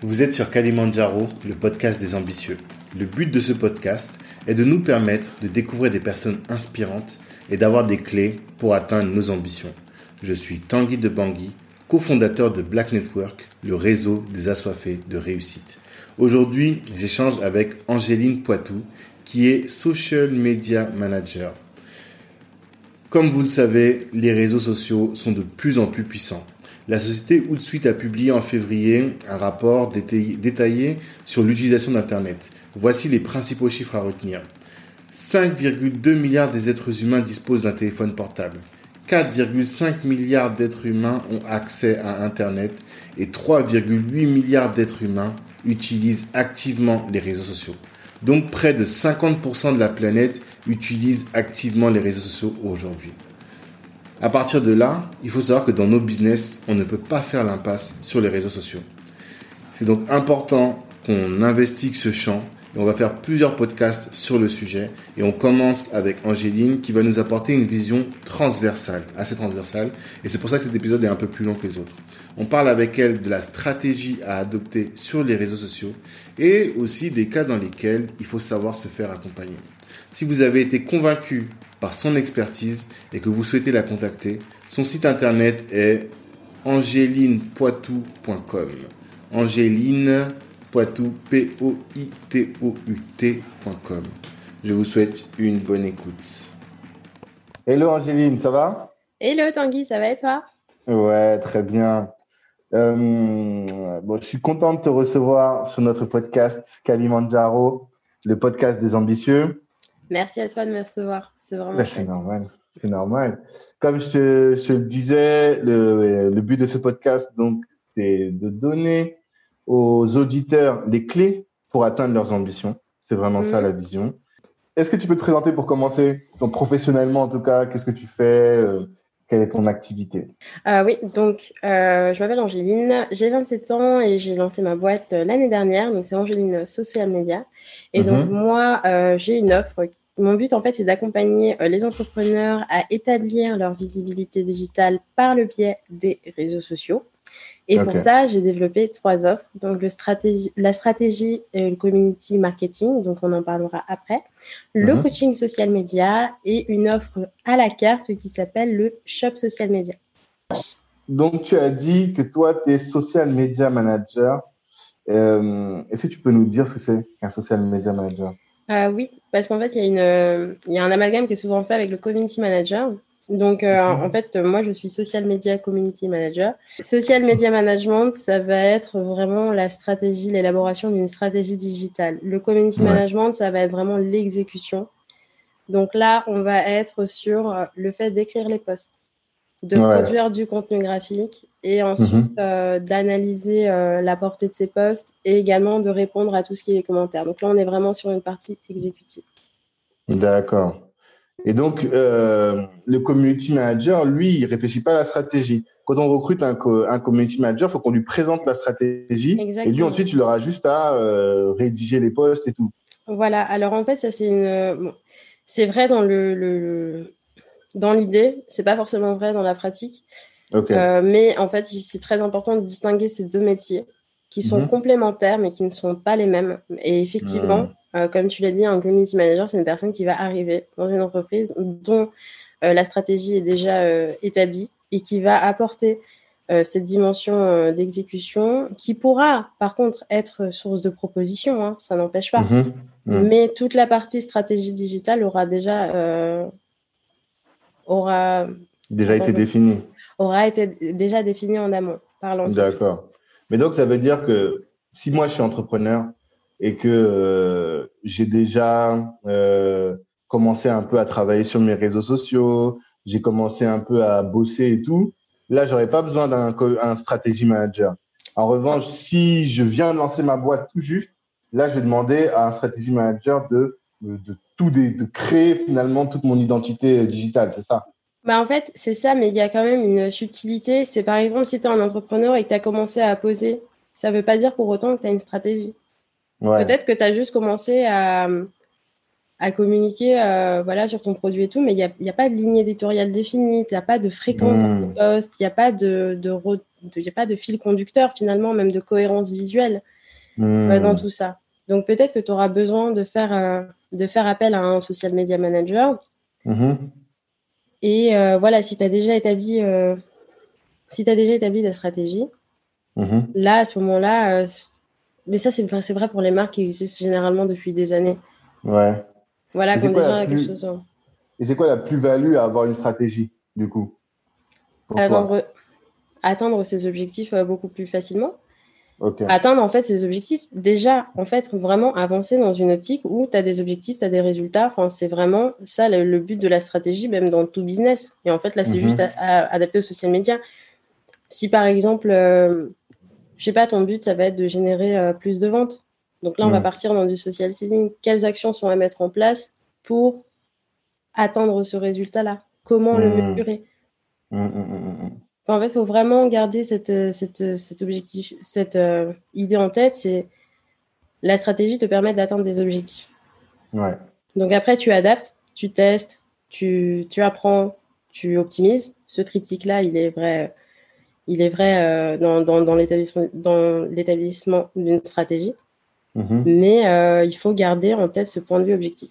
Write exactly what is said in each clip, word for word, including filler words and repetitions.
Vous êtes sur Kalimandjaro, le podcast des ambitieux. Le but de ce podcast est de nous permettre de découvrir des personnes inspirantes et d'avoir des clés pour atteindre nos ambitions. Je suis Tanguy de Bangui, cofondateur de Black Network, le réseau des assoiffés de réussite. Aujourd'hui, j'échange avec Angéline Poitou, qui est Social Media Manager. Comme vous le savez, les réseaux sociaux sont de plus en plus puissants. La société Hootsuite a publié en février un rapport détaillé, détaillé sur l'utilisation d'Internet. Voici les principaux chiffres à retenir. cinq virgule deux milliards des êtres humains disposent d'un téléphone portable. quatre virgule cinq milliards d'êtres humains ont accès à Internet et trois virgule huit milliards d'êtres humains utilisent activement les réseaux sociaux. Donc près de cinquante pour cent de la planète utilise activement les réseaux sociaux aujourd'hui. À partir de là, il faut savoir que dans nos business, on ne peut pas faire l'impasse sur les réseaux sociaux. C'est donc important qu'on investigue ce champ et on va faire plusieurs podcasts sur le sujet. Et on commence avec Angéline qui va nous apporter une vision transversale, assez transversale. Et c'est pour ça que cet épisode est un peu plus long que les autres. On parle avec elle de la stratégie à adopter sur les réseaux sociaux et aussi des cas dans lesquels il faut savoir se faire accompagner. Si vous avez été convaincu par son expertise et que vous souhaitez la contacter, son site internet est angéline poitou point com. Angéline Poitou, P O I T O U T point com. Je vous souhaite une bonne écoute. Hello Angéline, ça va? Hello Tanguy, ça va et toi? Ouais, très bien. Euh, bon, je suis content de te recevoir sur notre podcast Kalimandjaro, le podcast des ambitieux. Merci à toi de me recevoir. C'est vraiment Ben, c'est normal, c'est normal. Comme je te, je te le disais, le, le but de ce podcast, donc, c'est de donner aux auditeurs les clés pour atteindre leurs ambitions. C'est vraiment mmh. ça la vision. Est-ce que tu peux te présenter pour commencer, donc, professionnellement en tout cas, qu'est-ce que tu fais, euh, quelle est ton activité? euh, Oui, donc euh, je m'appelle Angéline, j'ai vingt-sept ans et j'ai lancé ma boîte euh, l'année dernière, donc c'est Angéline Social Media. Et mmh. donc moi, euh, j'ai une offre. Mon but, en fait, c'est d'accompagner euh, les entrepreneurs à établir leur visibilité digitale par le biais des réseaux sociaux. Et okay. pour ça, j'ai développé trois offres. Donc, le stratégie, la stratégie et le community marketing, donc on en parlera après. Le mm-hmm. coaching social media et une offre à la carte qui s'appelle le shop social media. Donc, tu as dit que toi, tu es social media manager. Euh, est-ce que tu peux nous dire ce que c'est qu'un social media manager? Euh, oui, parce qu'en fait, il y a une, euh, il y a un amalgame qui est souvent fait avec le community manager. Donc, euh, mmh. en fait, moi, je suis social media community manager. Social media management, ça va être vraiment la stratégie, l'élaboration d'une stratégie digitale. Le community ouais. management, ça va être vraiment l'exécution. Donc là, on va être sur le fait d'écrire les posts, de ouais. produire du contenu graphique et ensuite mmh. euh, d'analyser euh, la portée de ces posts et également de répondre à tout ce qui est les commentaires. Donc là, on est vraiment sur une partie exécutive. D'accord. Et donc, euh, le community manager, lui, il réfléchit pas à la stratégie. Quand on recrute un, co- un community manager, il faut qu'on lui présente la stratégie. Exactement. Et lui, ensuite, il aura juste à euh, rédiger les posts et tout. Voilà. Alors, en fait, ça, c'est une... Bon, c'est vrai dans, le, le, dans l'idée. C'est pas forcément vrai dans la pratique. Okay. Euh, mais en fait, c'est très important de distinguer ces deux métiers qui sont mmh. complémentaires, mais qui ne sont pas les mêmes. Et effectivement... Mmh. Euh, comme tu l'as dit, un community manager, c'est une personne qui va arriver dans une entreprise dont euh, la stratégie est déjà euh, établie et qui va apporter euh, cette dimension euh, d'exécution qui pourra, par contre, être source de propositions, hein, ça n'empêche pas. Mmh, mmh. Mais toute la partie stratégie digitale aura déjà... Euh, aura déjà été définie. Aura été déjà définie en amont par l'entreprise. D'accord. Mais donc, ça veut dire que si moi, je suis entrepreneur, et que euh, j'ai déjà euh, commencé un peu à travailler sur mes réseaux sociaux, j'ai commencé un peu à bosser et tout, là, j'aurais pas besoin d'un un stratégie manager. En revanche, si je viens de lancer ma boîte tout juste, là, je vais demander à un stratégie manager de, de, de tout de, de créer finalement toute mon identité digitale, c'est ça? Bah en fait, c'est ça, mais il y a quand même une subtilité. C'est par exemple, si tu es un entrepreneur et que tu as commencé à poser, ça veut pas dire pour autant que tu as une stratégie. Ouais. Peut-être que tu as juste commencé à, à communiquer euh, voilà, sur ton produit et tout, mais il n'y a, y a pas de ligne éditoriale définie, il n'y a pas de fréquence mmh. en post, il n'y a pas de, de, de, de, y a pas de fil conducteur finalement, même de cohérence visuelle mmh. euh, dans tout ça. Donc peut-être que tu auras besoin de faire, euh, de faire appel à un social media manager. Mmh. Et euh, voilà, si tu as déjà établi, euh, si tu as déjà établi la stratégie, mmh. là, à ce moment-là, euh, mais ça, c'est, c'est vrai pour les marques qui existent généralement depuis des années. Ouais. Voilà, quand déjà plus... quelque chose. Hein. Et c'est quoi la plus-value à avoir une stratégie, du coup, pour Atteindre, toi atteindre ses objectifs euh, beaucoup plus facilement. Okay. Atteindre, en fait, ses objectifs. Déjà, en fait, vraiment avancer dans une optique où tu as des objectifs, tu as des résultats. Enfin, c'est vraiment ça le, le but de la stratégie, même dans tout business. Et en fait, là, c'est mm-hmm. juste à, à, adapté aux social media. Si, par exemple, euh, je sais pas, ton but, ça va être de générer euh, plus de ventes. Donc là, on mm. va partir dans du social selling. Quelles actions sont à mettre en place pour atteindre ce résultat-là? Comment mmh. le mesurer? mmh, mmh, mmh. En fait, il faut vraiment garder cette, cette, cet objectif, cette euh, idée en tête. C'est la stratégie te permet d'atteindre des objectifs. Ouais. Donc après, tu adaptes, tu testes, tu, tu apprends, tu optimises. Ce triptyque-là, il est vrai, il est vrai euh, dans, dans, dans, l'établissement, dans l'établissement d'une stratégie. Mmh. Mais euh, il faut garder en tête ce point de vue objectif.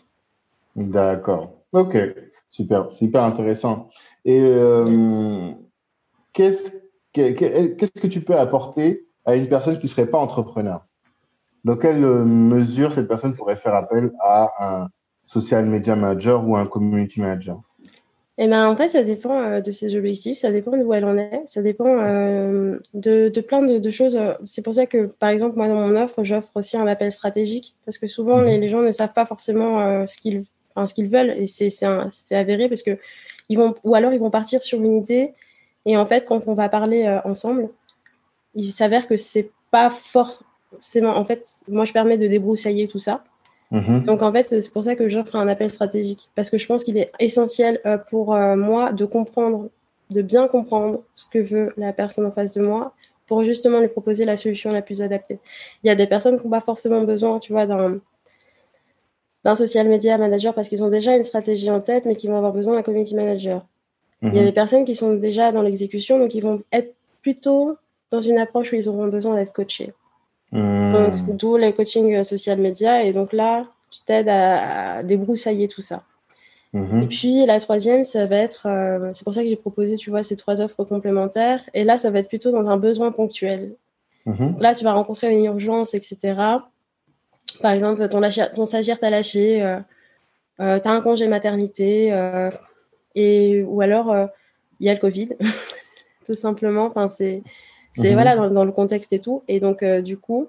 D'accord. Ok. Super. C'est hyper intéressant. Et euh, qu'est-ce, qu'est-ce que tu peux apporter à une personne qui ne serait pas entrepreneur? Dans quelle mesure cette personne pourrait faire appel à un social media manager ou un community manager? Eh ben, en fait, ça dépend euh, de ses objectifs, ça dépend de où elle en est, ça dépend euh, de, de plein de, de choses. C'est pour ça que, par exemple, moi, dans mon offre, j'offre aussi un appel stratégique parce que souvent, mmh. les, les gens ne savent pas forcément euh, ce qu'ils Enfin, ce qu'ils veulent, et c'est, c'est, un, c'est avéré parce que ils vont, ou alors ils vont partir sur une idée, et en fait, quand on va parler euh, ensemble, il s'avère que c'est pas forcément. En fait, moi, je permets de débroussailler tout ça. Mmh. Donc, en fait, c'est pour ça que j'offre un appel stratégique, parce que je pense qu'il est essentiel euh, pour euh, moi de comprendre, de bien comprendre ce que veut la personne en face de moi, pour justement lui proposer la solution la plus adaptée. Il y a des personnes qui n'ont pas forcément besoin, tu vois, d'un d'un social media manager parce qu'ils ont déjà une stratégie en tête, mais qui vont avoir besoin d'un community manager. Mmh. Il y a des personnes qui sont déjà dans l'exécution, donc ils vont être plutôt dans une approche où ils auront besoin d'être coachés. Mmh. Donc, d'où le coaching social media. Et donc là, je t'aide à, à débroussailler tout ça. Mmh. Et puis, la troisième, ça va être... Euh, c'est pour ça que j'ai proposé, tu vois, ces trois offres complémentaires. Et là, ça va être plutôt dans un besoin ponctuel. Mmh. Donc là, tu vas rencontrer une urgence, et cetera. Par exemple, ton, lâche, ton stagiaire t'a lâché, euh, euh, t'as un congé maternité, euh, et, ou alors il euh, y a le Covid, tout simplement. Enfin, c'est, c'est mmh. voilà, dans, dans le contexte et tout. Et donc, euh, du coup,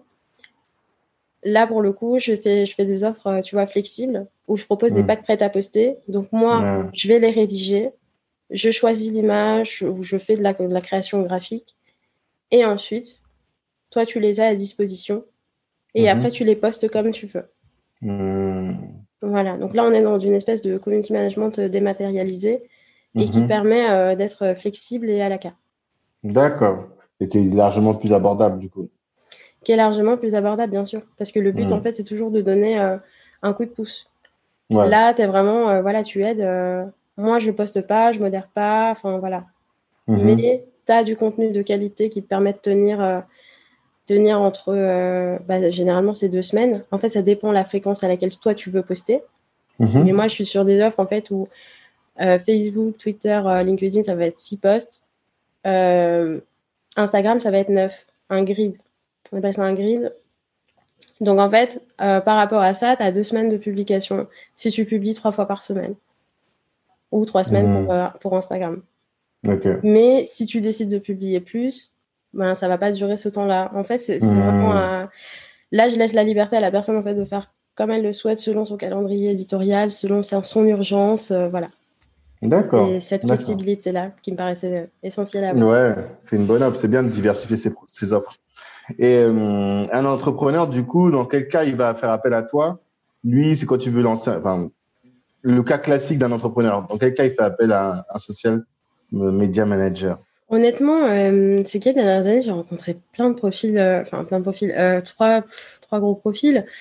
là, pour le coup, je fais, je fais des offres, tu vois, flexibles, où je propose mmh. des packs prêts à poster. Donc, moi, mmh. je vais les rédiger, je choisis l'image, ou je fais de la, de la création graphique. Et ensuite, toi, tu les as à disposition. Et mmh. après, tu les postes comme tu veux. Mmh. Voilà. Donc là, on est dans une espèce de community management dématérialisé et mmh. qui permet euh, d'être flexible et à la carte. D'accord. Et qui est largement plus abordable, du coup. Qui est largement plus abordable, bien sûr. Parce que le but, mmh. en fait, c'est toujours de donner euh, un coup de pouce. Ouais. Là, tu es vraiment, euh, voilà, tu aides. Euh, moi, je ne poste pas, je ne modère pas. Enfin, voilà. Mmh. Mais tu as du contenu de qualité qui te permet de tenir... Euh, tenir entre, euh, bah, généralement, c'est deux semaines. En fait, ça dépend de la fréquence à laquelle toi, tu veux poster. Mmh. Mais moi, je suis sur des offres, en fait, où euh, Facebook, Twitter, euh, LinkedIn, ça va être six posts. Euh, Instagram, ça va être neuf. Un grid. On appelle ça un grid. Donc, en fait, euh, par rapport à ça, tu as deux semaines de publication si tu publies trois fois par semaine. Ou trois semaines mmh. pour, euh, pour Instagram. Okay. Mais si tu décides de publier plus, ben, ça va pas durer ce temps-là. En fait, c'est, c'est mmh. vraiment un... Là, je laisse la liberté à la personne en fait de faire comme elle le souhaite, selon son calendrier éditorial, selon son urgence, euh, voilà. D'accord. Et cette D'accord. flexibilité-là qui me paraissait essentielle à avoir. Ouais, c'est une bonne offre. C'est bien de diversifier ses, ses offres. Et euh, un entrepreneur, du coup, dans quel cas il va faire appel à toi? Lui, c'est quand tu veux lancer... Enfin, le cas classique d'un entrepreneur. Dans quel cas il fait appel à un, un social media manager? Honnêtement, euh, ces quatre dernières années, j'ai rencontré plein de profils, enfin euh, plein de profils, euh, trois, trois gros profils.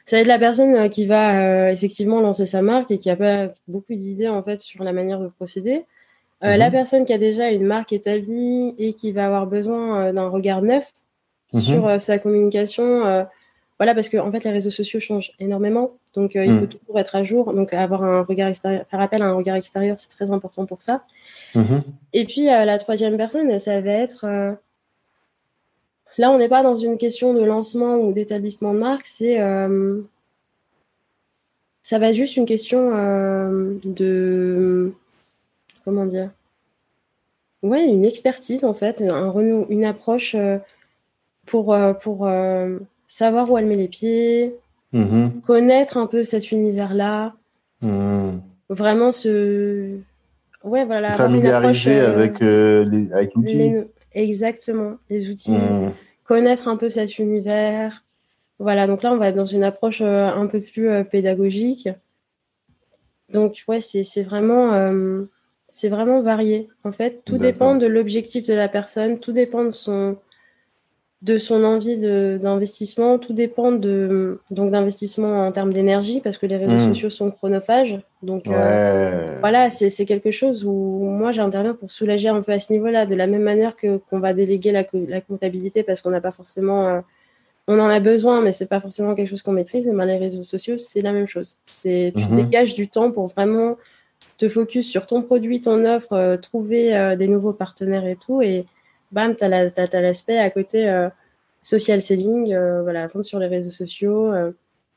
Ça va être la personne qui va euh, effectivement lancer sa marque et qui n'a pas beaucoup d'idées en fait sur la manière de procéder. Euh, mmh. La personne qui a déjà une marque établie et qui va avoir besoin euh, d'un regard neuf mmh. sur euh, sa communication. Euh, voilà, parce que en fait, les réseaux sociaux changent énormément. Donc, euh, mmh. il faut toujours être à jour. Donc, avoir un regard extérieur, faire appel à un regard extérieur, c'est très important pour ça. Mmh. Et puis, euh, la troisième personne, ça va être... Euh, là, on n'est pas dans une question de lancement ou d'établissement de marque. C'est... Euh, ça va être juste une question euh, de... Comment dire ? Ouais, une expertise, en fait, un renou- une approche euh, pour, euh, pour euh, savoir où elle met les pieds, mmh. connaître un peu cet univers-là, mmh. vraiment se... Ouais, voilà, avoir une approche... Familiariser euh, avec, euh, les, avec l'outil. Les... Exactement, les outils, mmh. connaître un peu cet univers. Voilà, donc là, on va être dans une approche euh, un peu plus euh, pédagogique. Donc, ouais, c'est, c'est vraiment... Euh, c'est vraiment varié. En fait, tout D'accord. dépend de l'objectif de la personne, tout dépend de son, de son envie de, d'investissement, tout dépend de, donc, d'investissement en termes d'énergie, parce que les réseaux mmh. sociaux sont chronophages. Donc, ouais. euh, voilà, c'est, c'est quelque chose où moi, j'interviens pour soulager un peu à ce niveau-là, de la même manière que, qu'on va déléguer la, la comptabilité parce qu'on n'a pas forcément... Euh, on en a besoin, mais c'est pas forcément quelque chose qu'on maîtrise. Et ben, les réseaux sociaux, c'est la même chose. C'est, tu mmh. dégages du temps pour vraiment te focus sur ton produit, ton offre, euh, trouver euh, des nouveaux partenaires et tout. Et bam, tu as la, t'as, t'as l'aspect à côté euh, social selling, euh, voilà, vente sur les réseaux sociaux, euh,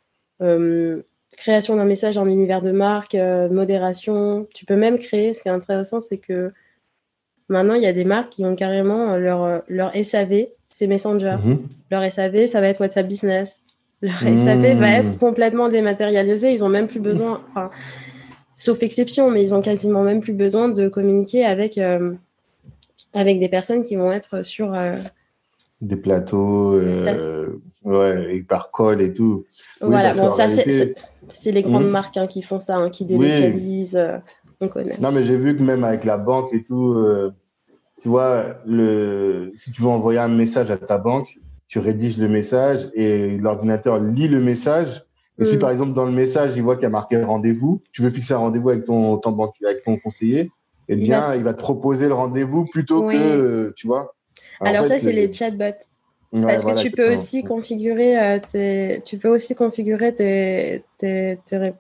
euh, création d'un message en univers de marque, euh, modération. Tu peux même créer, ce qui est intéressant, c'est que maintenant, il y a des marques qui ont carrément leur, leur S A V, c'est Messenger. Mmh. Leur S A V, ça va être WhatsApp Business. Leur mmh. S A V va être complètement dématérialisé. Ils n'ont même plus besoin, enfin, sauf exception, mais ils ont quasiment même plus besoin de communiquer avec, euh, avec des personnes qui vont être sur... Euh... Des plateaux, euh, ouais, et par call et tout. Voilà, oui, bon, ça, réalité... c'est, c'est, c'est les grandes mmh. marques hein, qui font ça, hein, qui délocalisent, oui. euh, on connaît. Non, mais j'ai vu que même avec la banque et tout... Euh... Tu vois, le... si tu veux envoyer un message à ta banque, tu rédiges le message et l'ordinateur lit le message. Et mmh. si par exemple dans le message, il voit qu'il y a marqué rendez-vous, tu veux fixer un rendez-vous avec ton, ton banquier, avec ton conseiller, eh bien, il va, il va te proposer le rendez-vous plutôt oui. que, tu vois. Alors, Alors en fait, ça, c'est les, les chatbots. Ouais, Parce voilà, que tu peux aussi configurer, euh, tes... tu peux aussi configurer tes, tes, tes, ré...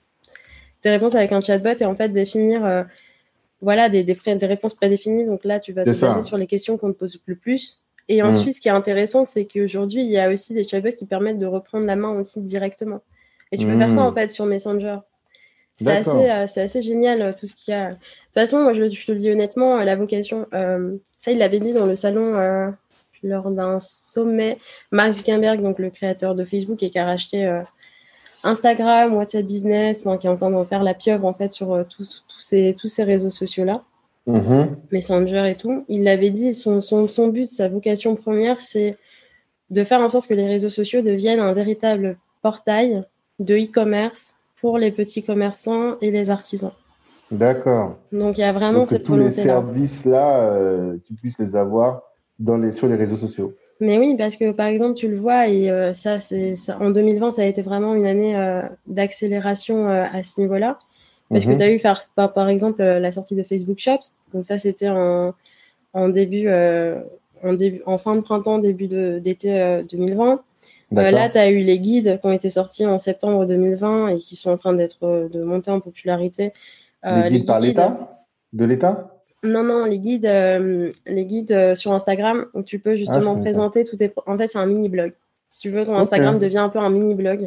tes réponses avec un chatbot et en fait définir. Euh... Voilà, des, des, pré- des réponses prédéfinies. Donc là, tu vas te c'est baser ça. sur les questions qu'on te pose le plus. Et mmh. ensuite, ce qui est intéressant, c'est qu'aujourd'hui, il y a aussi des chatbots qui permettent de reprendre la main aussi directement. Et tu mmh. peux faire ça, en fait, sur Messenger. C'est, assez, euh, c'est assez génial, euh, tout ce qu'il y a. De toute façon, moi, je, je te le dis honnêtement, euh, la vocation, euh, ça, il l'avait dit dans le salon euh, lors d'un sommet. Mark Zuckerberg, donc le créateur de Facebook, et qui a racheté... Euh, Instagram, WhatsApp Business, hein, qui est en train de faire la pieuvre en fait sur euh, tous, tous, ces, tous ces réseaux sociaux-là, mmh. Messenger et tout. Il l'avait dit, son, son, son but, sa vocation première, c'est de faire en sorte que les réseaux sociaux deviennent un véritable portail de e-commerce pour les petits commerçants et les artisans. D'accord. Donc il y a vraiment Donc, cette tous volonté-là. Tous les services-là, euh, tu puisses les avoir dans les, sur les réseaux sociaux. Mais oui, parce que par exemple, tu le vois, et euh, ça, c'est, ça, en deux mille vingt, ça a été vraiment une année euh, d'accélération euh, à ce niveau-là. Parce mmh. que tu as eu, par, par, par exemple, euh, la sortie de Facebook Shops. Donc ça, c'était en, en début, euh, en début, en fin de printemps, début de, d'été euh, deux mille vingt. Euh, là, tu as eu les guides qui ont été sortis en septembre deux mille vingt et qui sont en train d'être, de monter en popularité. Euh, les, guides les guides par l'État ? De l'État ? Non, non, les guides, euh, les guides euh, sur Instagram où tu peux justement ah, présenter tout tes... En fait, c'est un mini-blog. Si tu veux, ton Instagram okay. devient un peu un mini-blog.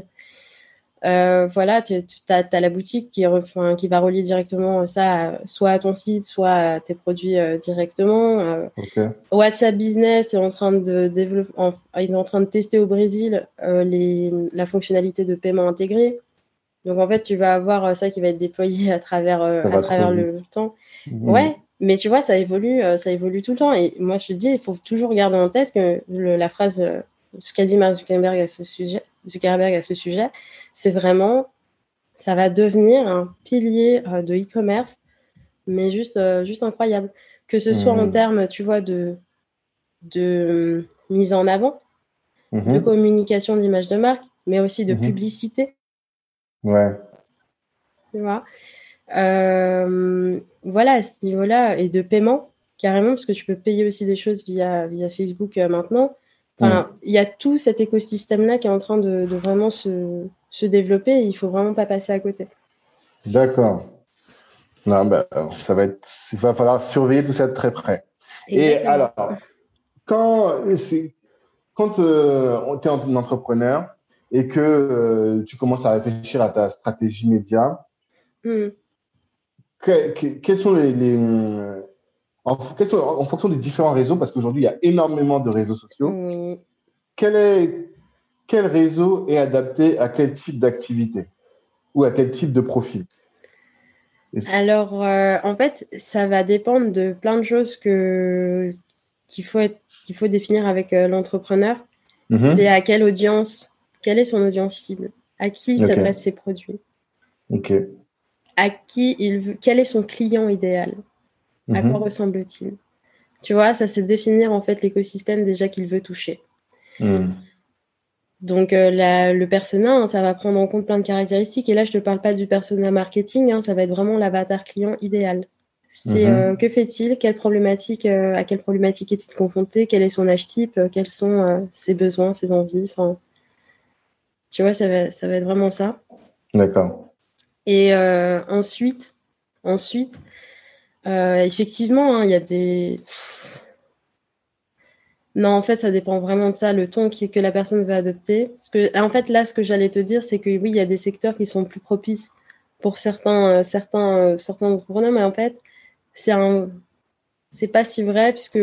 Euh, voilà, tu as la boutique qui, enfin, qui va relier directement ça à, soit à ton site, soit à tes produits euh, directement. Euh, okay. WhatsApp Business est en train de développer, en, il est en train de tester au Brésil euh, les, la fonctionnalité de paiement intégré. Donc en fait, tu vas avoir ça qui va être déployé à travers, euh, à travers le temps. Mmh. Ouais. Mais tu vois, ça évolue, euh, ça évolue tout le temps. Et moi, je te dis, il faut toujours garder en tête que le, la phrase, euh, ce qu'a dit Mark Zuckerberg à ce sujet, Zuckerberg à ce sujet, c'est vraiment, ça va devenir un pilier euh, de e-commerce, mais juste, euh, juste incroyable. Que ce soit mmh. en termes, tu vois, de, de mise en avant, mmh. de communication d'image de marque, mais aussi de mmh. publicité. Ouais. Tu vois euh, voilà, à ce niveau-là, et de paiement, carrément, parce que tu peux payer aussi des choses via, via Facebook euh, maintenant. Enfin, il mmh. y a tout cet écosystème-là qui est en train de, de vraiment se, se développer et il ne faut vraiment pas passer à côté. D'accord. Non, bah, ça va être, il va falloir surveiller tout ça de très près. Exactement. Et alors, quand, c'est, quand euh, tu es un entrepreneur et que euh, tu commences à réfléchir à ta stratégie média, mmh. que, que, quels sont les, les en, quels sont, en fonction des différents réseaux, parce qu'aujourd'hui, il y a énormément de réseaux sociaux, oui. quel, est, quel réseau est adapté à quel type d'activité ou à quel type de profil? Alors, euh, en fait, ça va dépendre de plein de choses que, qu'il, faut être, qu'il faut définir avec euh, l'entrepreneur. Mm-hmm. C'est à quelle audience, quelle est son audience cible, à qui okay. s'adressent ses produits, okay. à qui il veut, quel est son client idéal, mm-hmm. à quoi ressemble-t-il. Tu vois, ça c'est définir en fait l'écosystème déjà qu'il veut toucher. Mm. Donc, euh, la, le persona, hein, ça va prendre en compte plein de caractéristiques. Et là, je ne te parle pas du persona marketing, hein, ça va être vraiment l'avatar client idéal. C'est mm-hmm. euh, que fait-il, quelle problématique, euh, à quelle problématique est-il confronté, quel est son âge type, euh, quels sont euh, ses besoins, ses envies. Tu vois, ça va, ça va être vraiment ça. D'accord. Et euh, ensuite, ensuite euh, effectivement, il hein, y a des... Non, en fait, ça dépend vraiment de ça, le ton qui, que la personne va adopter. Parce que, en fait, là, ce que j'allais te dire, c'est que oui, il y a des secteurs qui sont plus propices pour certains, euh, certains, euh, certains entrepreneurs, mais en fait, c'est un, c'est pas si vrai, puisque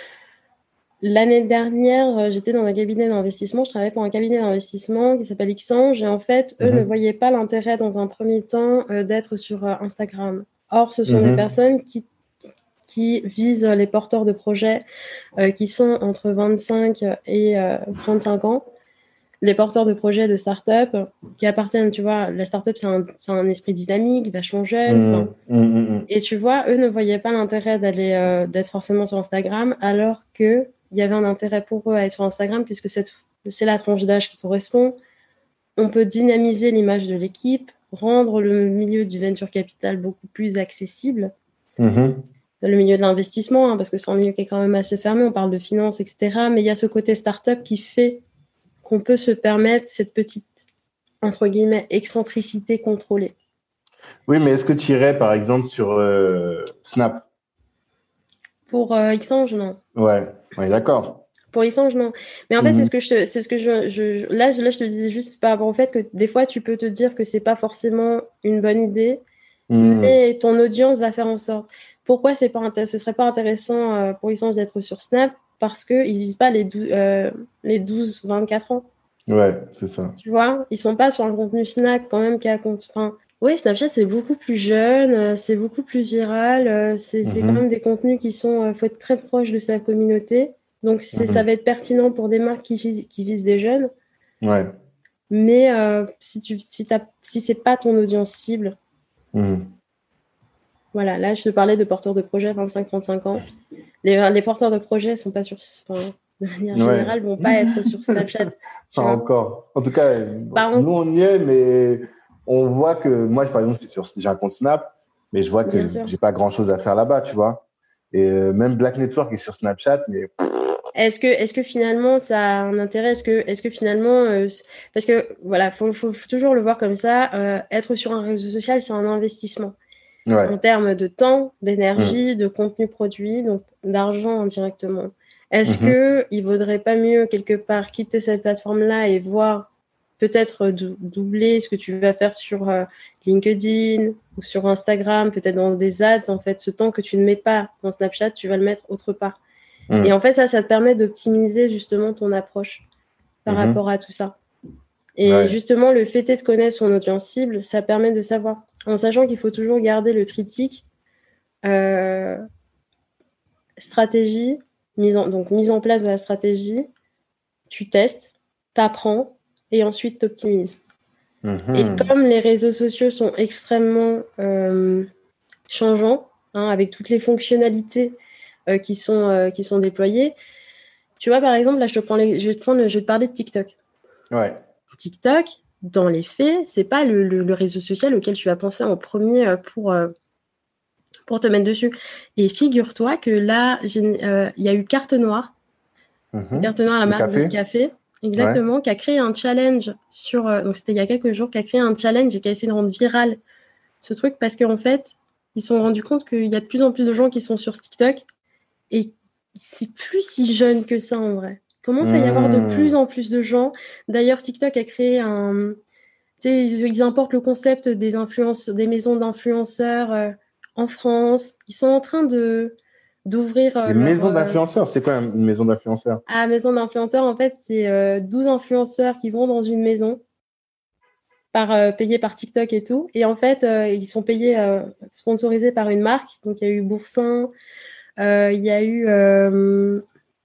l'année dernière, j'étais dans un cabinet d'investissement, je travaillais pour un cabinet d'investissement qui s'appelle Xange, et en fait, eux mm-hmm. ne voyaient pas l'intérêt, dans un premier temps, euh, d'être sur euh, Instagram. Or, ce sont mm-hmm. des personnes qui qui visent les porteurs de projets euh, qui sont entre vingt-cinq et euh, trente-cinq ans, les porteurs de projets de start-up qui appartiennent, tu vois, la start-up, c'est un, c'est un esprit dynamique, vachement jeune, mmh, mmh, mmh. et tu vois, eux ne voyaient pas l'intérêt d'aller, euh, d'être forcément sur Instagram, alors qu'il y avait un intérêt pour eux à être sur Instagram, puisque cette, c'est la tranche d'âge qui correspond. On peut dynamiser l'image de l'équipe, rendre le milieu du venture capital beaucoup plus accessible. Mmh. Le milieu de l'investissement, hein, parce que c'est un milieu qui est quand même assez fermé, on parle de finance, et cetera. Mais il y a ce côté start-up qui fait qu'on peut se permettre cette petite, entre guillemets, excentricité contrôlée. Oui, mais est-ce que tu irais, par exemple, sur euh, Snap? Pour euh, Xange, non. Ouais, ouais, d'accord. Pour Xange, non. Mais en fait, mm-hmm. c'est ce que je, c'est ce que je, je là, je, là, je te disais juste par rapport au fait que des fois, tu peux te dire que c'est pas forcément une bonne idée, mm. mais ton audience va faire en sorte. Pourquoi c'est pas ce serait pas intéressant euh, pour Xange d'être sur Snap? Parce qu'ils ne visent pas les, dou- euh, les douze vingt-quatre ans. Ouais, c'est ça. Tu vois, ils ne sont pas sur un contenu snack quand même qui a compte. Enfin, oui, Snapchat, c'est beaucoup plus jeune, euh, c'est beaucoup plus viral, euh, c'est, mm-hmm. c'est quand même des contenus qui sont... Il euh, faut être très proche de sa communauté. Donc, c'est, mm-hmm. ça va être pertinent pour des marques qui, qui visent des jeunes. Ouais. Mais euh, si, tu, si, si ce n'est pas ton audience cible... Mm-hmm. Voilà, là, je te parlais de porteurs de projets vingt-cinq trente-cinq ans. Les, les porteurs de projets ne sont pas sur... Enfin, de manière ouais. générale, ne vont pas être sur Snapchat. Pas encore. En tout cas, bah, on... nous, on y est, mais on voit que... Moi, par exemple, sur... j'ai un compte Snap, mais je vois que je n'ai pas grand-chose à faire là-bas, tu vois. Et euh, même Black Network est sur Snapchat, mais... Est-ce que, est-ce que finalement, ça a un intérêt? Est-ce que, est-ce que finalement... Euh, parce que, voilà, il faut, faut toujours le voir comme ça. Euh, être sur un réseau social, c'est un investissement. Ouais. En termes de temps, d'énergie, mmh. de contenu produit, donc d'argent indirectement. Est-ce mmh. qu'il ne vaudrait pas mieux, quelque part, quitter cette plateforme-là et voir peut-être dou- doubler ce que tu vas faire sur euh, LinkedIn ou sur Instagram, peut-être dans des ads, en fait, ce temps que tu ne mets pas dans Snapchat, tu vas le mettre autre part. Mmh. Et en fait, ça, ça te permet d'optimiser justement ton approche par mmh. rapport à tout ça. Et ouais. justement, le fait de connaître son audience cible, ça permet de savoir. En sachant qu'il faut toujours garder le triptyque euh, stratégie, mise en, donc mise en place de la stratégie, tu testes, t'apprends et ensuite t'optimises. Mmh. Et comme les réseaux sociaux sont extrêmement euh, changeants, hein, avec toutes les fonctionnalités euh, qui, sont, euh, qui sont déployées, tu vois, par exemple, là, je, te prends les, je, vais te prendre, je vais te parler de TikTok. Ouais. TikTok, dans les faits, c'est pas le, le, le réseau social auquel tu vas penser en premier pour, euh, pour te mettre dessus. Et figure-toi que là, il euh, y a eu Carte Noire, mmh. Carte Noire, la le marque café. de café, exactement, ouais. Qui a créé un challenge sur, euh, donc c'était il y a quelques jours, qui a créé un challenge et qui a essayé de rendre viral ce truc parce qu'en fait, ils se sont rendus compte qu'il y a de plus en plus de gens qui sont sur TikTok et c'est plus si jeune que ça en vrai. Il commence mmh. à y avoir de plus en plus de gens. D'ailleurs, TikTok a créé un... Tu sais, ils importent le concept des, influence... des maisons d'influenceurs euh, en France. Ils sont en train de... d'ouvrir... Euh, Des leur, maisons d'influenceurs, c'est quoi une maison d'influenceurs? Ah, maison d'influenceurs, en fait, c'est euh, douze influenceurs qui vont dans une maison par, euh, payés par TikTok et tout. Et en fait, euh, ils sont payés, euh, sponsorisés par une marque. Donc, il y a eu Boursin, euh, il y a eu euh,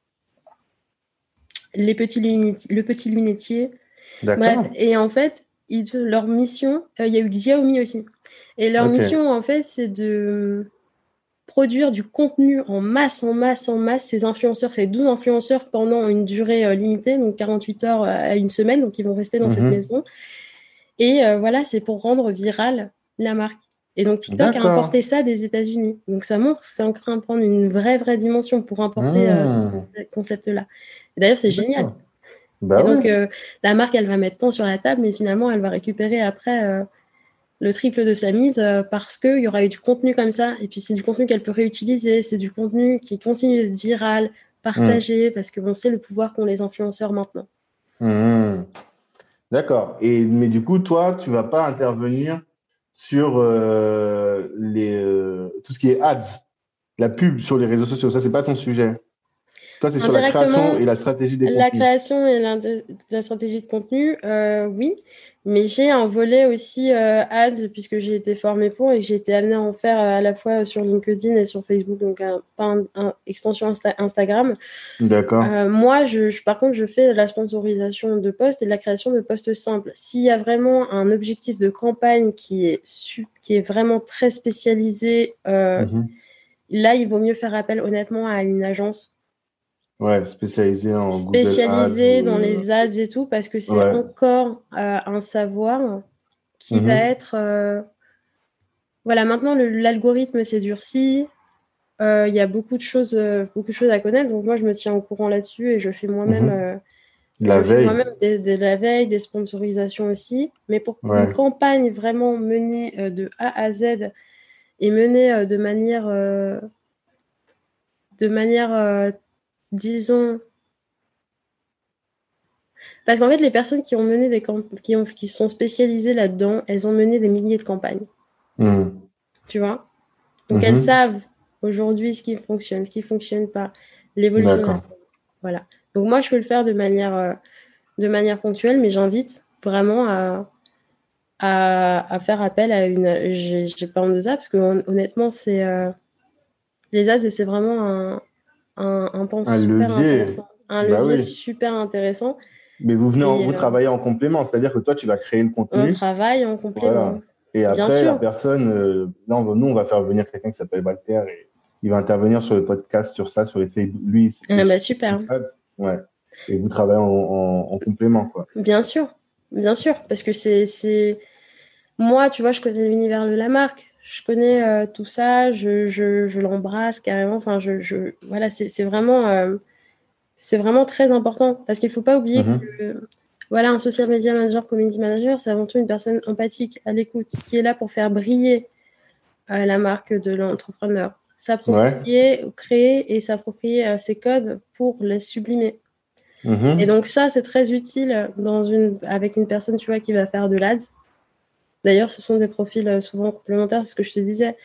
les petits lunetiers, le petit lunetier. D'accord. Bref, et en fait, ils, leur mission, euh, il y a eu Xiaomi aussi. Et leur okay. mission, en fait, c'est de produire du contenu en masse, en masse, en masse. Ces influenceurs, ces douze influenceurs pendant une durée euh, limitée, donc quarante-huit heures à une semaine. Donc, ils vont rester dans mm-hmm. cette maison. Et euh, voilà, c'est pour rendre virale la marque. Et donc, TikTok D'accord. a importé ça des États-Unis. Donc, ça montre que c'est en train de prendre une vraie, vraie dimension pour importer mmh. euh, ce concept-là. Et d'ailleurs, c'est D'accord. génial. Bah et ouais. donc, euh, la marque, elle va mettre tant sur la table, mais finalement, elle va récupérer après euh, le triple de sa mise euh, parce qu'il y aura eu du contenu comme ça. Et puis, c'est du contenu qu'elle peut réutiliser. C'est du contenu qui continue d'être viral, partagé, mmh. parce que bon, c'est le pouvoir qu'ont les influenceurs maintenant. Mmh. D'accord. Et, mais du coup, toi, tu ne vas pas intervenir sur euh, les, euh, tout ce qui est ads, la pub sur les réseaux sociaux. Ça, ce n'est pas ton sujet. Toi, c'est sur la création et la stratégie des contenus. La création et la, la stratégie de contenu, euh, oui. Mais j'ai un volet aussi euh, ads, puisque j'ai été formée pour et que j'ai été amenée à en faire à la fois sur LinkedIn et sur Facebook, donc un, un, un extension Insta, Instagram. D'accord. Euh, moi, je, je, par contre, je fais la sponsorisation de posts et de la création de posts simples. S'il y a vraiment un objectif de campagne qui est, su, qui est vraiment très spécialisé, euh, mm-hmm. là, il vaut mieux faire appel honnêtement à une agence. Ouais, spécialisé en spécialisé Google Ads, dans euh... les ads et tout, parce que c'est ouais. encore euh, un savoir qui mm-hmm. va être... Euh... Voilà, maintenant, le, l'algorithme s'est durci. Il euh, y a beaucoup de, choses, euh, beaucoup de choses à connaître. Donc, moi, je me tiens au courant là-dessus et je fais moi-même, mm-hmm. euh, la je veille. Fais moi-même des, des, la veille, des sponsorisations aussi. Mais pour ouais. une campagne vraiment menée euh, de A à Z et menée euh, de manière... Euh, de manière, euh, disons... Parce qu'en fait, les personnes qui ont mené des camp- qui, ont, qui sont spécialisées là-dedans, elles ont mené des milliers de campagnes. Mmh. Tu vois ? Donc, mmh. elles savent aujourd'hui ce qui fonctionne, ce qui ne fonctionne pas, l'évolution. D'accord. De la... Voilà. Donc, moi, je peux le faire de manière, euh, de manière ponctuelle, mais j'invite vraiment à, à, à faire appel à une... J'ai, j'ai pas honte de ça, parce que honnêtement, c'est... Euh... les ads, c'est vraiment un, un, un pan un super levier. intéressant. Un bah levier oui. super intéressant. Mais vous venez, en, et, vous euh, travaillez en complément, c'est-à-dire que toi, tu vas créer le contenu. On travaille en complément. Voilà. Et après, la personne, euh, là, on, nous, on va faire venir quelqu'un qui s'appelle Walter et il va intervenir sur le podcast, sur ça, sur les faits. Lui, c'est ah bah super. Ouais. Et vous travaillez en, en, en complément, quoi. Bien sûr, bien sûr, parce que c'est, c'est... moi, tu vois, je connais l'univers de la marque. Je connais euh, tout ça, je, je, je l'embrasse carrément. Enfin, je, je... voilà, c'est, c'est vraiment, euh, c'est vraiment très important parce qu'il faut pas oublier mm-hmm. que voilà, un social media manager, community manager, c'est avant tout une personne empathique, à l'écoute, qui est là pour faire briller euh, la marque de l'entrepreneur, s'approprier, ouais. créer et s'approprier euh, ses codes pour les sublimer. Mm-hmm. Et donc ça, c'est très utile dans une, avec une personne, tu vois, qui va faire de l'ads. D'ailleurs, ce sont des profils souvent complémentaires, c'est ce que je te disais.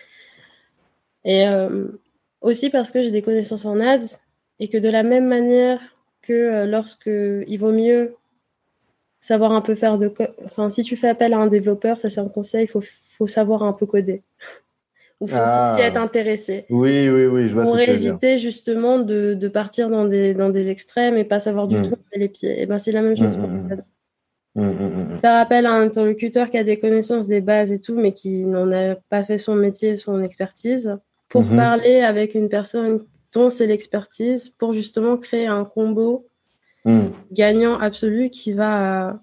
Et euh, aussi parce que j'ai des connaissances en ads et que de la même manière que euh, lorsque il vaut mieux savoir un peu faire de... Co- enfin, si tu fais appel à un développeur, ça c'est un conseil, il faut, faut savoir un peu coder. Ou il faut, ah. faut s'y être intéressé. Oui, oui, oui, je vois pour ce que tu veux éviter dire. Justement de, de partir dans des, dans des extrêmes et pas savoir du mm. tout où les pieds. Et ben, c'est la même chose mm, pour mm, ads. Mmh, mmh. Faire appel à un interlocuteur qui a des connaissances, des bases et tout, mais qui n'en a pas fait son métier, son expertise, pour mmh. parler avec une personne dont c'est l'expertise, pour justement créer un combo mmh. gagnant absolu qui va,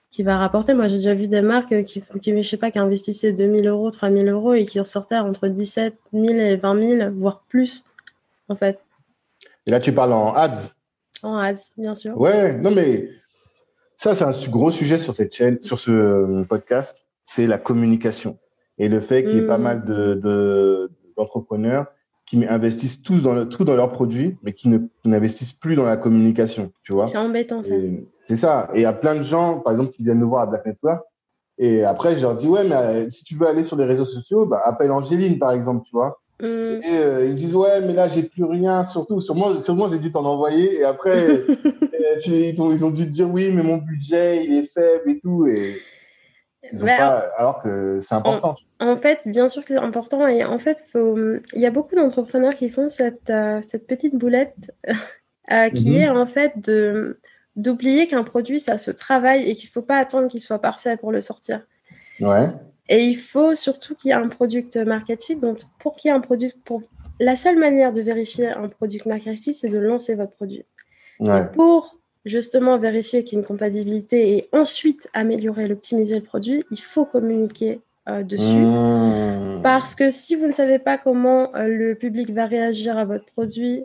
qui va rapporter. Moi, j'ai déjà vu des marques qui, qui je sais pas, qui investissaient deux mille euros, trois mille euros et qui en sortaient entre dix-sept mille et vingt mille, voire plus, en fait. Et là, tu parles en ads? En ads, bien sûr. Ouais, non, mais ça, c'est un gros sujet sur cette chaîne, sur ce podcast, c'est la communication. Et le fait qu'il y ait mmh. pas mal de, de, d'entrepreneurs qui investissent tous dans, le, tout dans leurs produits, mais qui ne, n'investissent plus dans la communication, tu vois. C'est embêtant, ça. Et c'est ça. Et il y a plein de gens, par exemple, qui viennent nous voir à Black Network. Et après, je leur dis, ouais, mais euh, si tu veux aller sur les réseaux sociaux, bah, appelle Angéline, par exemple, tu vois. Mm. Et euh, ils me disent, ouais, mais là, j'ai plus rien, surtout. Sûrement, sûrement j'ai dû t'en envoyer. Et après, euh, tu, ils, ont, ils ont dû te dire, oui, mais mon budget, il est faible et tout. Et ils ont bah, pas, alors que c'est important. En, en fait, bien sûr que c'est important. Et en fait, faut, il y a beaucoup d'entrepreneurs qui font cette, euh, cette petite boulette euh, qui mm-hmm. est en fait de... d'oublier qu'un produit, ça se travaille et qu'il ne faut pas attendre qu'il soit parfait pour le sortir. Ouais. Et il faut surtout qu'il y ait un product market fit. Donc, pour qu'il y ait un produit, pour... la seule manière de vérifier un product market fit, c'est de lancer votre produit. Ouais. Et pour justement vérifier qu'il y a une compatibilité et ensuite améliorer, l'optimiser le produit, il faut communiquer euh, dessus. Mmh. Parce que si vous ne savez pas comment euh, le public va réagir à votre produit,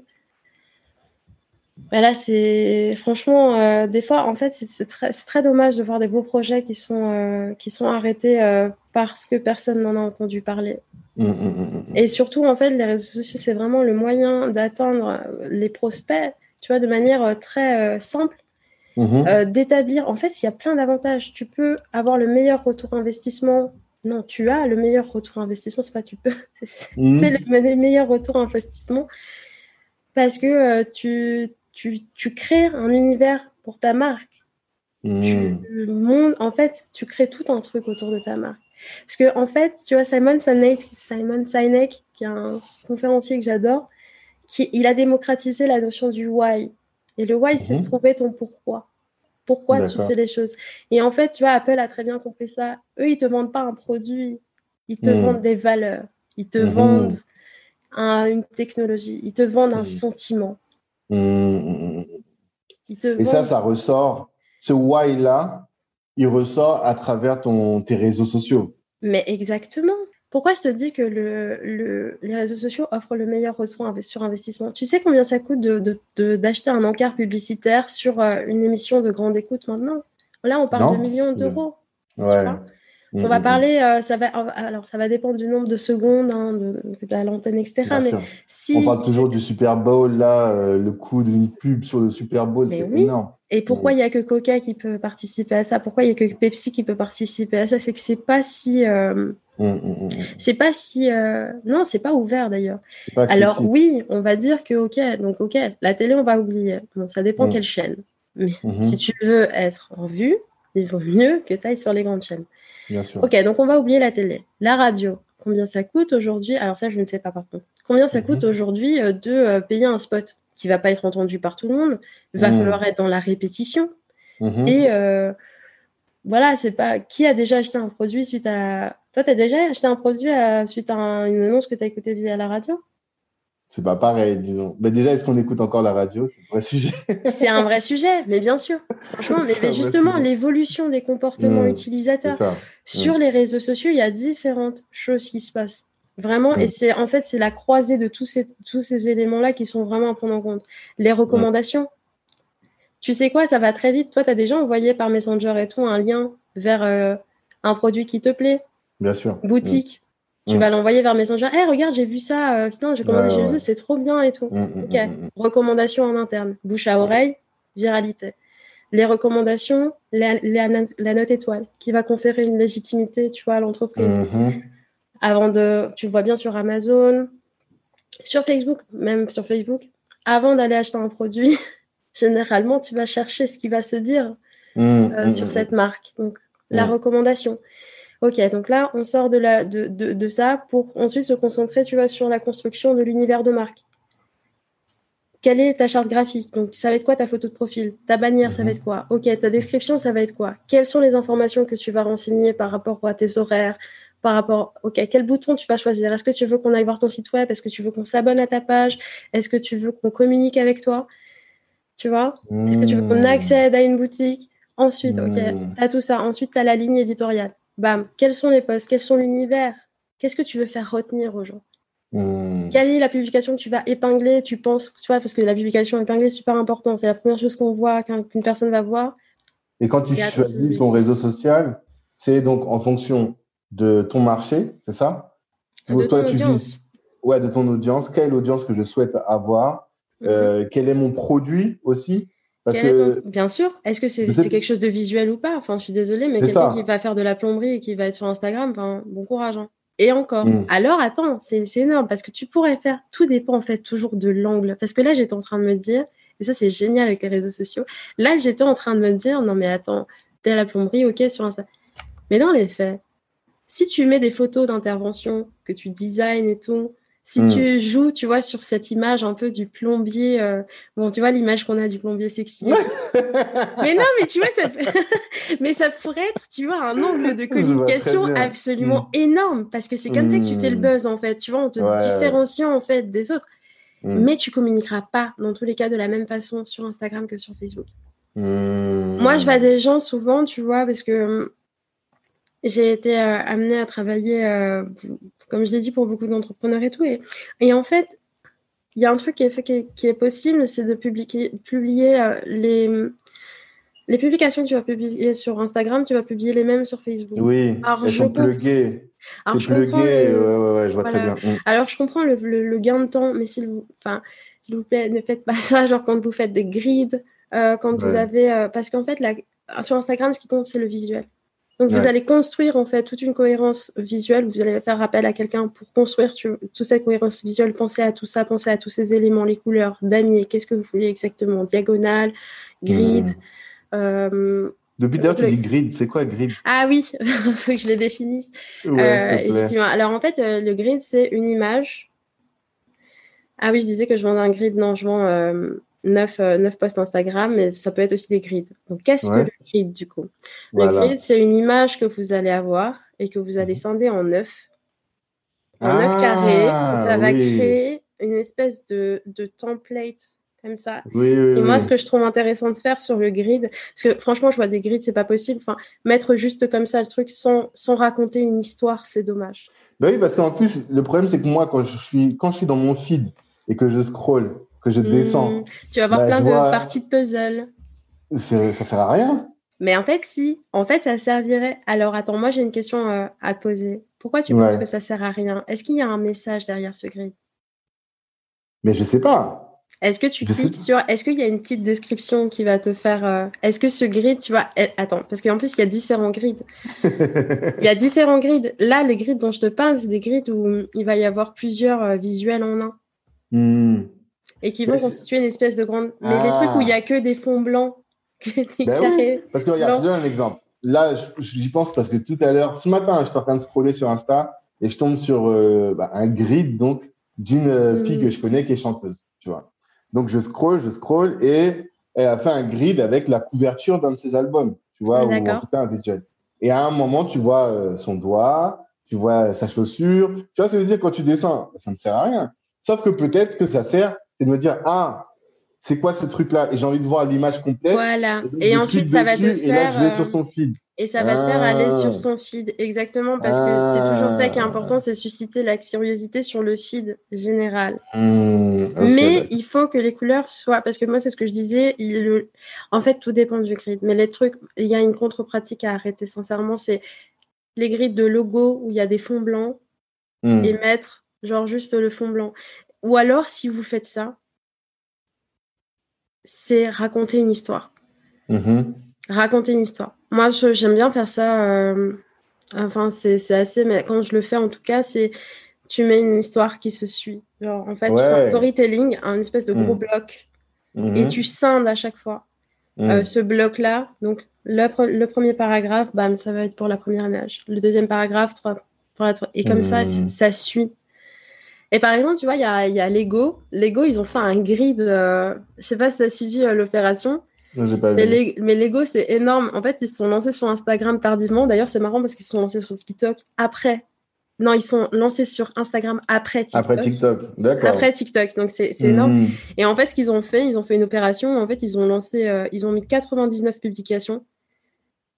ben là, c'est franchement, euh, des fois, en fait, c'est, c'est, très, c'est très dommage de voir des beaux projets qui sont, euh, qui sont arrêtés euh, parce que personne n'en a entendu parler. Mmh, mmh, mmh. Et surtout, en fait, les réseaux sociaux, c'est vraiment le moyen d'atteindre les prospects, tu vois, de manière euh, très euh, simple, mmh. euh, d'établir. En fait, il y a plein d'avantages. Tu peux avoir le meilleur retour investissement. Non, tu as le meilleur retour investissement. C'est pas tu peux. c'est, mmh. c'est le, le meilleur retour investissement parce que euh, tu Tu, tu crées un univers pour ta marque. Mmh. Tu, monde, en fait, tu crées tout un truc autour de ta marque. Parce que, en fait, tu vois, Simon Sinek, Simon Sinek, qui est un conférencier que j'adore, qui, il a démocratisé la notion du why. Et le why, mmh. c'est de trouver ton pourquoi. Pourquoi D'accord. tu fais les choses. Et en fait, tu vois, Apple a très bien compris ça. Eux, ils ne te vendent pas un produit. Ils te mmh. vendent des valeurs. Ils te mmh. vendent un, une technologie. Ils te vendent mmh. un sentiment. Mmh. Et ça, ça ressort, ce why-là, il ressort à travers ton, tes réseaux sociaux. Mais exactement. Pourquoi je te dis que le, le, les réseaux sociaux offrent le meilleur retour sur investissement ? Tu sais combien ça coûte de, de, de, d'acheter un encart publicitaire sur euh, une émission de grande écoute maintenant ? Là, on parle non. de millions d'euros. Ouais. Tu vois ? On va parler, euh, ça va, alors ça va dépendre du nombre de secondes hein, de, que tu as à l'antenne, et cetera. Bien mais si... On parle toujours du Super Bowl, là, euh, le coût d'une pub sur le Super Bowl, mais c'est oui. énorme. Et pourquoi il mmh. n'y a que Coca qui peut participer à ça ? Pourquoi il n'y a que Pepsi qui peut participer à ça ? C'est que c'est pas si... Euh... Mmh, mmh, c'est pas si... Euh... Non, c'est pas ouvert d'ailleurs. Pas alors oui, on va dire que OK, donc OK, la télé, on va oublier. Bon, ça dépend mmh. quelle chaîne. Mais mmh. si tu veux être en vue, il vaut mieux que tu ailles sur les grandes chaînes. Bien sûr. Ok, donc on va oublier la télé. La radio, combien ça coûte aujourd'hui ? Alors ça, je ne sais pas par contre. Combien ça mmh. coûte aujourd'hui euh, de euh, payer un spot qui ne va pas être entendu par tout le monde ? Il va mmh. falloir être dans la répétition. Mmh. Et euh, voilà, c'est pas... Qui a déjà acheté un produit suite à... Toi, tu as déjà acheté un produit à... suite à un... une annonce que tu as écoutée via la radio ? C'est pas pareil, disons. Mais déjà, est-ce qu'on écoute encore la radio ? C'est un vrai sujet. C'est un vrai sujet, mais bien sûr. Franchement, mais, mais justement, l'évolution des comportements mmh, utilisateurs sur mmh. les réseaux sociaux, il y a différentes choses qui se passent. Vraiment, mmh. et c'est en fait, c'est la croisée de tous ces, tous ces éléments-là qui sont vraiment à prendre en compte. Les recommandations. Mmh. Tu sais quoi, ça va très vite. Toi, tu as déjà envoyé par Messenger et tout un lien vers euh, un produit qui te plaît. Bien sûr. Boutique. Mmh. Tu mmh. vas l'envoyer vers Messenger. Hé, hey, regarde, j'ai vu ça. Euh, putain, j'ai commandé ouais, chez ouais. eux, c'est trop bien et tout. Mmh, ok. Mmh. Recommandation en interne. Bouche à oreille, mmh. viralité. Les recommandations, la, la, la note étoile qui va conférer une légitimité, tu vois, à l'entreprise. Mmh. Avant de, tu le vois bien sur Amazon, sur Facebook, même sur Facebook. Avant d'aller acheter un produit, généralement, tu vas chercher ce qui va se dire mmh. euh, mmh. sur cette marque. Donc, mmh. la recommandation. Ok, donc là, on sort de, la, de, de, de ça pour ensuite se concentrer, tu vois, sur la construction de l'univers de marque. Quelle est ta charte graphique ? Donc, ça va être quoi ta photo de profil ? Ta bannière, mm-hmm. ça va être quoi ? Ok, ta description, ça va être quoi ? Quelles sont les informations que tu vas renseigner par rapport à tes horaires ? Par rapport, ok, quel bouton tu vas choisir ? Est-ce que tu veux qu'on aille voir ton site web ? Est-ce que tu veux qu'on s'abonne à ta page ? Est-ce que tu veux qu'on communique avec toi ? Tu vois ? Mm-hmm. Est-ce que tu veux qu'on accède à une boutique ? Ensuite, ok, mmh. tu as tout ça. Ensuite, tu as la ligne éditoriale. Bam, quels sont les posts? Quels sont l'univers? Qu'est-ce que tu veux faire retenir aux gens? mmh. Quelle est la publication que tu vas épingler? Tu penses, tu vois, parce que la publication épinglée, c'est super important. C'est la première chose qu'on voit, qu'une personne va voir. Et quand tu choisis ton réseau social, c'est donc en fonction de ton marché, c'est ça? De Toi, ton tu audience. vises, ouais, de ton audience. Quelle audience que je souhaite avoir? mmh. euh, Quel est mon produit aussi? Parce Quel que ton... Bien sûr. Est-ce que c'est, c'est quelque chose de visuel ou pas? Enfin, je suis désolée, mais quelqu'un ça. qui va faire de la plomberie et qui va être sur Instagram, enfin, bon courage. Hein. Et encore. Mmh. Alors, attends, c'est, c'est énorme parce que tu pourrais faire. Tout dépend en fait toujours de l'angle. Parce que là, j'étais en train de me dire, et ça, c'est génial avec les réseaux sociaux. Là, j'étais en train de me dire, non, mais attends, t'es à la plomberie, ok, sur Instagram. Mais dans les faits, si tu mets des photos d'intervention, que tu designs et tout, si mmh. tu joues, tu vois, sur cette image un peu du plombier, euh, bon, tu vois l'image qu'on a du plombier sexy. Mais non, mais tu vois, ça, mais ça pourrait être, tu vois, un angle de communication absolument mmh. énorme, parce que c'est comme mmh. ça que tu fais le buzz, en fait, tu vois, en te ouais. différenciant, en fait, des autres. Mmh. Mais tu communiqueras pas, dans tous les cas, de la même façon sur Instagram que sur Facebook. Mmh. Moi, je vois des gens souvent, tu vois, parce que j'ai été euh, amenée à travailler, euh, comme je l'ai dit, pour beaucoup d'entrepreneurs et tout. Et, et en fait, il y a un truc qui est, fait, qui est, qui est possible, c'est de publier, publier euh, les, les publications que tu vas publier sur Instagram, tu vas publier les mêmes sur Facebook. Oui, Alors, elles je sont comp... pluguées. Alors, c'est je plugué, comprends le... ouais, ouais, ouais, je vois voilà. très bien. Mmh. Alors, je comprends le, le, le gain de temps, mais s'il vous, enfin, s'il vous plaît, ne faites pas ça, genre quand vous faites des grids, euh, quand ouais. vous avez... Euh, parce qu'en fait, la... sur Instagram, ce qui compte, c'est le visuel. Donc, ouais. vous allez construire, en fait, toute une cohérence visuelle. Vous allez faire appel à quelqu'un pour construire tu, toute cette cohérence visuelle. Pensez à tout ça, pensez à tous ces éléments, les couleurs, damier, qu'est-ce que vous voulez exactement? Diagonale, grid. Mmh. Euh, Depuis d'ailleurs, tu dis grid. C'est quoi grid? Ah oui, il faut que je le définisse. Ouais, euh, effectivement. Alors, en fait, euh, le grid, c'est une image. Ah oui, je disais que je vends un grid. Non, je vends... Euh, neuf posts Instagram, mais ça peut être aussi des grids. Donc, qu'est-ce ouais. que le grid, du coup? Voilà. Le grid, c'est une image que vous allez avoir et que vous allez scinder en neuf, en neuf ah, carrés. Et ça oui. va créer une espèce de, de template comme ça. Oui, oui, et moi, oui. ce que je trouve intéressant de faire sur le grid, parce que franchement, je vois des grids, c'est pas possible. Enfin, mettre juste comme ça le truc sans, sans raconter une histoire, c'est dommage. Ben oui, parce qu'en plus, le problème, c'est que moi, quand je suis, quand je suis dans mon feed et que je scroll, que je descends. Mmh, tu vas avoir bah, plein de vois... parties de puzzle. C'est... Ça sert à rien. Mais en fait, si. En fait, ça servirait. Alors, attends, moi, j'ai une question euh, à te poser. Pourquoi tu ouais. penses que ça sert à rien? Est-ce qu'il y a un message derrière ce grid? Mais je sais pas. Est-ce que tu je cliques sur... Est-ce qu'il y a une petite description qui va te faire... Euh... Est-ce que ce grid, tu vois... Attends, parce qu'en plus, il y a différents grids. Il y a différents grids. Là, les grids dont je te parle, c'est des grids où il va y avoir plusieurs euh, visuels en un. Mmh. Et qui vont mais constituer une espèce de grande... Mais ah. les trucs où il n'y a que des fonds blancs, que des ben carrés oui. Parce que regarde, blancs. Je te donne un exemple. Là, j'y pense parce que tout à l'heure, ce matin, j'étais en train de scroller sur Insta et je tombe sur euh, bah, un grid donc d'une euh, mmh. fille que je connais qui est chanteuse, tu vois. Donc, je scroll, je scroll et elle a fait un grid avec la couverture d'un de ses albums, tu vois, D'accord. ou en tout cas un visuel. Et à un moment, tu vois euh, son doigt, tu vois sa chaussure. Tu vois ce que je veux dire? Quand tu descends, ça ne sert à rien. Sauf que peut-être que ça sert, c'est de me dire, ah, c'est quoi ce truc-là? Et j'ai envie de voir l'image complète. Voilà. Et, et ensuite, ça va te faire... Et là, je vais sur son feed. Et ça va ah. te faire aller sur son feed. Exactement, parce ah. que c'est toujours ça qui est important, c'est susciter la curiosité sur le feed général. Mmh, okay, mais d'accord. il faut que les couleurs soient... Parce que moi, c'est ce que je disais. Il... En fait, tout dépend du grid. Mais les trucs... Il y a une contre-pratique à arrêter, sincèrement. C'est les grids de logo où il y a des fonds blancs mmh. et mettre genre juste le fond blanc. Ou alors, si vous faites ça, c'est raconter une histoire. Mmh. Raconter une histoire. Moi, je, j'aime bien faire ça. Euh, enfin, c'est, c'est assez... Mais quand je le fais, en tout cas, c'est... Tu mets une histoire qui se suit. Genre, en fait, ouais. tu fais un storytelling, un espèce de gros mmh. bloc. Mmh. Et tu scindes à chaque fois mmh. euh, ce bloc-là. Donc, le, le premier paragraphe, bam, ça va être pour la première image. Le deuxième paragraphe, trois, pour la, et comme mmh. ça, ça suit. Et par exemple, tu vois, il y a, y a Lego. Lego, ils ont fait un grid. Euh, je sais pas si tu as suivi euh, l'opération. J'ai pas mais, vu. les, mais Lego, c'est énorme. En fait, ils se sont lancés sur Instagram tardivement. D'ailleurs, c'est marrant parce qu'ils se sont lancés sur TikTok après. Non, ils sont lancés sur Instagram après TikTok. Après TikTok, d'accord. Après TikTok, donc c'est, c'est mmh. énorme. Et en fait, ce qu'ils ont fait, ils ont fait une opération. En fait, ils ont lancé, euh, ils ont mis quatre-vingt-dix-neuf publications.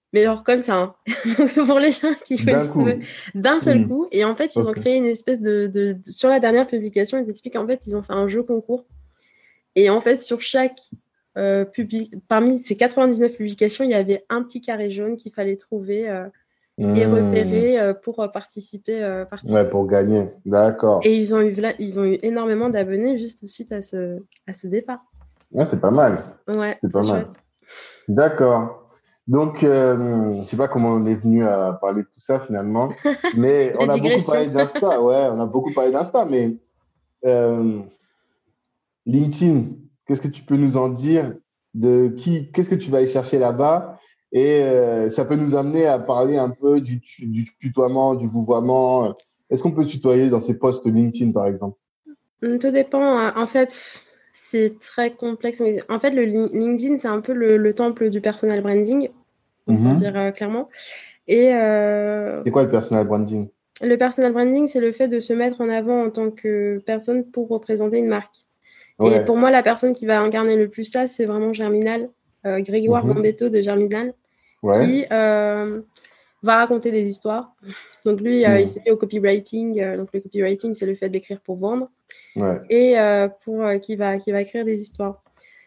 Mais genre comme ça. Hein. Donc, pour les gens qui veulent D'un coup. D'un seul Mmh. coup. Et en fait, ils Ok. ont créé une espèce de, de, de... Sur la dernière publication, ils expliquent qu'en fait, ils ont fait un jeu concours. Et en fait, sur chaque... Euh, public... Parmi ces quatre-vingt-dix-neuf publications, il y avait un petit carré jaune qu'il fallait trouver euh, mmh. et repérer euh, pour euh, participer, euh, participer. Ouais, pour gagner. D'accord. Et ils ont eu, ils ont eu énormément d'abonnés juste suite à ce, à ce départ. Ouais, c'est pas mal. Ouais, c'est pas c'est mal. chouette. D'accord. Donc, euh, je sais pas comment on est venu à parler de tout ça finalement, mais on a beaucoup parlé d'Insta. Ouais, on a beaucoup parlé d'Insta, mais euh, LinkedIn, qu'est-ce que tu peux nous en dire de qui, qu'est-ce que tu vas aller chercher là-bas? Et euh, ça peut nous amener à parler un peu du, du tutoiement, du vouvoiement. Est-ce qu'on peut tutoyer dans ces posts LinkedIn, par exemple? Tout dépend. En fait, c'est très complexe. En fait, le LinkedIn, c'est un peu le, le temple du personal branding, on mm-hmm. peut dire euh, clairement. Et euh, c'est quoi le personal branding? Le personal branding, c'est le fait de se mettre en avant en tant que personne pour représenter une marque. Ouais. Et pour moi, la personne qui va incarner le plus ça, c'est vraiment Germinal, euh, Grégoire mm-hmm. Gambetto de Germinal, ouais. qui euh, va raconter des histoires. Donc lui, mm. euh, il s'est mis au copywriting. Euh, donc le copywriting, c'est le fait d'écrire pour vendre. Ouais. Et euh, pour euh, qui va qui va écrire des histoires.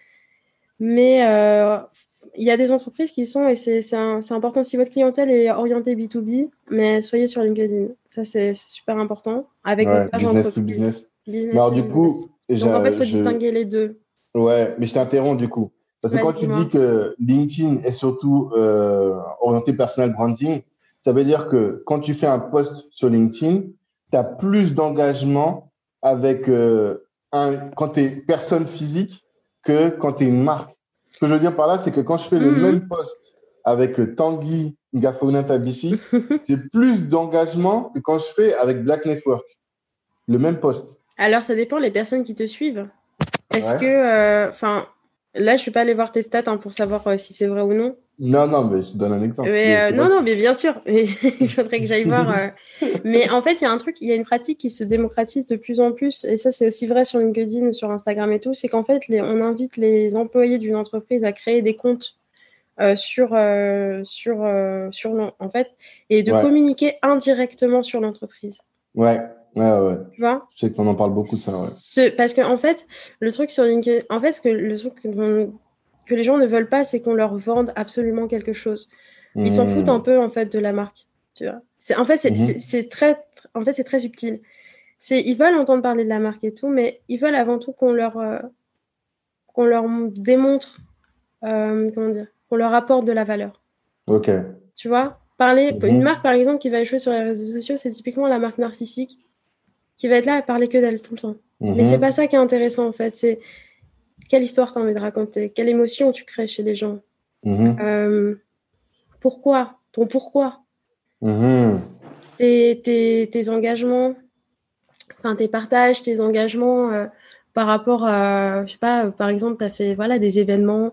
Mais euh, il y a des entreprises qui sont, et c'est, c'est, un, c'est important, si votre clientèle est orientée B deux B, mais soyez sur LinkedIn. Ça, c'est, c'est super important. Avec ouais, votre page business entreprise. To business. Business alors, to du business. coup, Donc, en fait, il faut je... distinguer les deux. Ouais, mais je t'interromps du coup. Parce que Vas-y, quand tu dis-moi. dis que LinkedIn est surtout euh, orienté personal branding, ça veut dire que quand tu fais un post sur LinkedIn, tu as plus d'engagement avec euh, un, quand tu es personne physique que quand tu es une marque. Ce que je veux dire par là, c'est que quand je fais mm-hmm. le même post avec Tanguy Ngafona Tabissi, j'ai plus d'engagement que quand je fais avec Black Network. Le même post. Alors, ça dépend les personnes qui te suivent. Est-ce ouais. que, enfin, euh, là, je ne suis pas allée voir tes stats hein, pour savoir euh, si c'est vrai ou non. Non, non, mais je te donne un exemple. Mais, euh, non, non, mais bien sûr. Il faudrait que j'aille voir. Euh... Mais en fait, il y a un truc, il y a une pratique qui se démocratise de plus en plus. Et ça, c'est aussi vrai sur LinkedIn, sur Instagram et tout. C'est qu'en fait, les, on invite les employés d'une entreprise à créer des comptes euh, sur, euh, sur, euh, sur, en fait, et de ouais. communiquer indirectement sur l'entreprise. Ouais. Ouais, ouais. Tu vois ? Je sais qu'on en parle beaucoup de ça, ouais. Ce, parce que, en fait, le truc sur LinkedIn, en fait, ce que, le truc que, que les gens ne veulent pas, c'est qu'on leur vende absolument quelque chose. Ils mmh. s'en foutent un peu, en fait, de la marque. Tu vois ? C'est, en fait, c'est, mmh. c'est, c'est très, en fait, c'est très subtil. C'est, ils veulent entendre parler de la marque et tout, mais ils veulent avant tout qu'on leur, euh, qu'on leur démontre, euh, comment dire, qu'on leur apporte de la valeur. Ok. Tu vois ? Parler, mmh. Une marque, par exemple, qui va échouer sur les réseaux sociaux, c'est typiquement la marque narcissique, qui va être là à parler que d'elle tout le temps. Mmh. Mais c'est pas ça qui est intéressant, en fait. C'est quelle histoire tu as envie de raconter, quelle émotion tu crées chez les gens. Mmh. Euh, pourquoi, ton pourquoi. Mmh. Tes, tes, tes engagements, enfin tes partages, tes engagements euh, par rapport à, je sais pas, euh, par exemple, tu as fait voilà, des événements.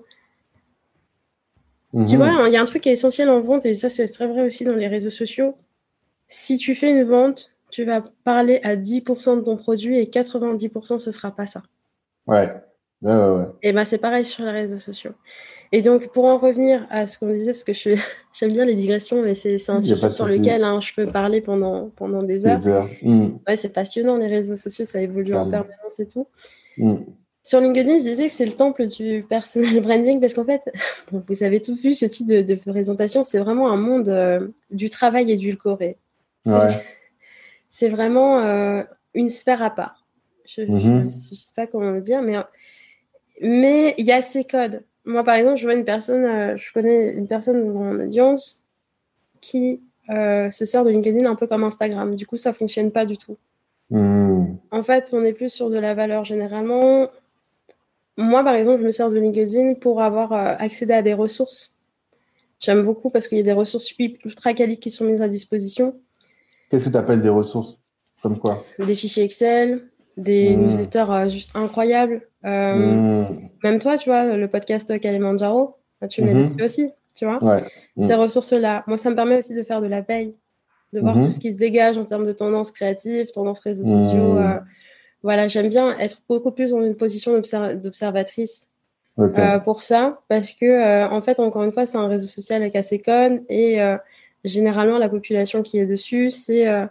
Mmh. Tu vois, il y a un truc qui est essentiel en vente, et ça, c'est très vrai aussi dans les réseaux sociaux. Si tu fais une vente, tu vas parler à dix pour cent de ton produit et quatre-vingt-dix pour cent ce sera pas ça. Ouais. Ouais, ouais, ouais. Et ben c'est pareil sur les réseaux sociaux. Et donc pour en revenir à ce qu'on disait, parce que je suis... j'aime bien les digressions, mais c'est, c'est un sujet sur lequel hein, je peux parler pendant, pendant des heures. Des heures. Mmh. Ouais, c'est passionnant les réseaux sociaux, ça évolue Carrément. En permanence et tout. Mmh. Sur LinkedIn, je disais que c'est le temple du personal branding parce qu'en fait, bon, vous avez tous vu ce type de, de présentation, c'est vraiment un monde euh, du travail édulcoré. Ouais. C'est... C'est vraiment euh, une sphère à part. Je ne mm-hmm. sais pas comment le dire, mais mais il y a ces codes. Moi, par exemple, je vois une personne, euh, je connais une personne dans mon audience qui euh, se sert de LinkedIn un peu comme Instagram. Du coup, ça ne fonctionne pas du tout. Mm. En fait, on est plus sur de la valeur généralement. Moi, par exemple, je me sers de LinkedIn pour avoir euh, accédé à des ressources. J'aime beaucoup parce qu'il y a des ressources ultra quali qui sont mises à disposition. Qu'est-ce que tu appelles des ressources ? Comme quoi ? Des fichiers Excel, des mmh. newsletters euh, juste incroyables. Euh, mmh. Même toi, tu vois, le podcast Kalimandjaro, tu le mets mmh. dessus aussi, tu vois. Ouais. Ces mmh. ressources-là. Moi, ça me permet aussi de faire de la veille, de voir mmh. tout ce qui se dégage en termes de tendances créatives, tendances réseaux sociaux. Mmh. Euh, voilà, j'aime bien être beaucoup plus dans une position d'observ- d'observatrice okay. euh, pour ça, parce que, euh, en fait, encore une fois, c'est un réseau social avec assez conne et euh, généralement, la population qui est dessus, c'est euh,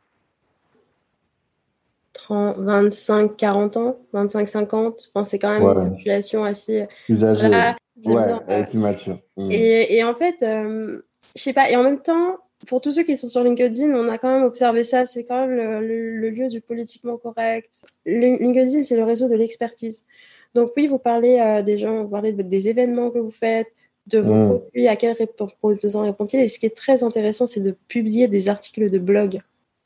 vingt-cinq quarante ans, vingt-cinq cinquante. Enfin, c'est quand même ouais. une population assez... Plus âgée. Voilà, ouais, dire, elle est plus mature. Mmh. Et, et en fait, euh, je sais pas, et en même temps, pour tous ceux qui sont sur LinkedIn, on a quand même observé ça, c'est quand même le, le, le lieu du politiquement correct. Le, LinkedIn, c'est le réseau de l'expertise. Donc oui, vous parlez euh, des gens, vous parlez de, des événements que vous faites, de vos mmh. produits, à quels besoins répond-il. Et ce qui est très intéressant, c'est de publier des articles de blog.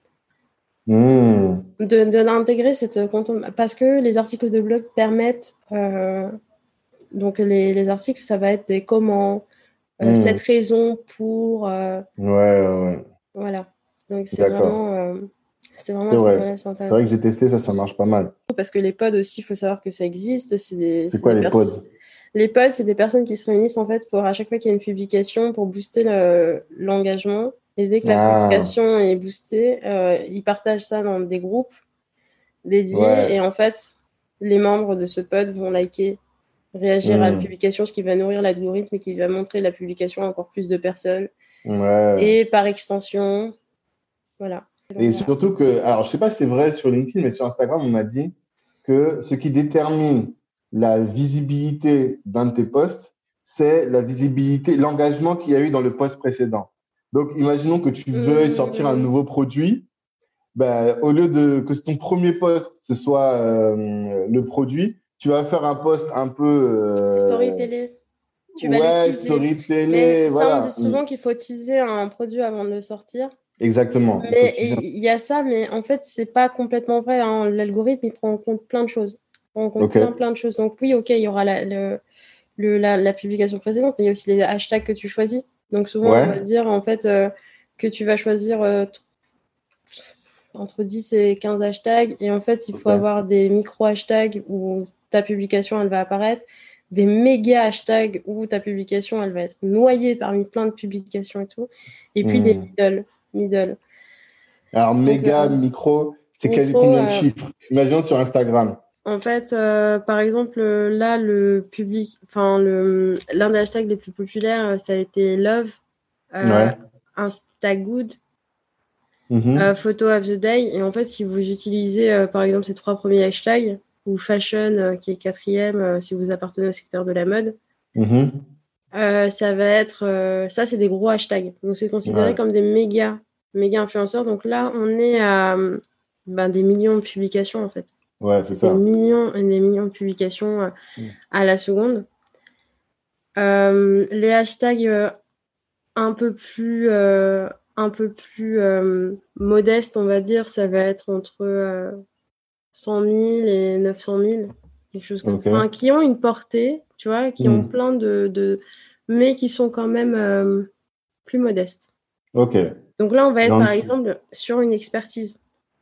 Mmh. De, de, d'intégrer cette content... Parce que les articles de blog permettent... Euh, donc les, les articles, ça va être des comment... Euh, mmh. Cette raison pour... Euh, ouais, ouais. Voilà. Donc, c'est D'accord. vraiment... Euh, c'est vraiment c'est, vrai. vrai. c'est vrai que j'ai testé, ça, ça marche pas mal. Parce que les pods aussi, il faut savoir que ça existe. C'est, des, c'est, c'est quoi des les pers- pods? Les pods, c'est des personnes qui se réunissent, en fait, pour à chaque fois qu'il y a une publication, pour booster le, l'engagement. Et dès que la ah. publication est boostée, euh, ils partagent ça dans des groupes dédiés. Ouais. Et en fait, les membres de ce pod vont liker, réagir mmh. à la publication, ce qui va nourrir l'algorithme et qui va montrer la publication à encore plus de personnes. Ouais. Et par extension, voilà. Et surtout que, alors je sais pas si c'est vrai sur LinkedIn, mais sur Instagram, on m'a dit que ce qui détermine la visibilité d'un de tes posts, c'est la visibilité, l'engagement qu'il y a eu dans le post précédent. Donc, imaginons que tu veuilles mmh. sortir un nouveau produit, ben, au lieu de que ton premier post ce soit euh, le produit, tu vas faire un post un peu euh... story télé. Tu vas ouais, l'utiliser. Story télé, mais voilà. Ça, on dit souvent mmh. qu'il faut utiliser un produit avant de le sortir. Exactement. Mais il y a ça, mais en fait, c'est pas complètement vrai. Hein. L'algorithme, il prend en compte plein de choses. Il prend en compte okay. plein, plein de choses. Donc oui, ok, il y aura la, le, le, la, la publication précédente, mais il y a aussi les hashtags que tu choisis. Donc souvent, ouais. on va dire en fait euh, que tu vas choisir euh, entre dix et quinze hashtags. Et en fait, il faut okay. avoir des micro-hashtags où ta publication, elle va apparaître. Des méga hashtags où ta publication, elle va être noyée parmi plein de publications et tout. Et puis mmh. des middle. middle. Alors, donc, méga, euh, micro, c'est micro, combien de euh, chiffres? Imaginons sur Instagram. En fait, euh, par exemple, là, le public, enfin, le, l'un des hashtags les plus populaires, ça a été Love, euh, ouais. Instagood, mm-hmm. euh, Photo of the Day. Et en fait, si vous utilisez, euh, par exemple, ces trois premiers hashtags, ou Fashion, euh, qui est quatrième, euh, si vous appartenez au secteur de la mode, mm-hmm. euh, ça va être... Euh, ça, c'est des gros hashtags. Donc, c'est considéré ouais. comme des méga, méga influenceurs. Donc là, on est à ben, des millions de publications, en fait. Ouais, c'est, c'est ça. Des millions et des millions de publications euh, mm. à la seconde. Euh, les hashtags euh, un peu plus, euh, un peu plus euh, modestes, on va dire, ça va être entre euh, cent mille et neuf cent mille, quelque chose comme okay. ça. Enfin, qui ont une portée, tu vois, qui mm. ont plein de, de... mais qui sont quand même euh, plus modestes. Ok. Donc là, on va être, Donc, par exemple, sur une expertise,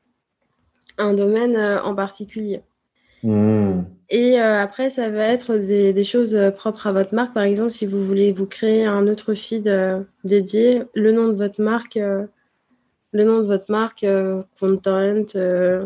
un domaine euh, en particulier. Mmh. Et euh, après, ça va être des, des choses euh, propres à votre marque. Par exemple, si vous voulez vous créer un autre feed euh, dédié, le nom de votre marque, euh, le nom de votre marque, euh, content. Euh...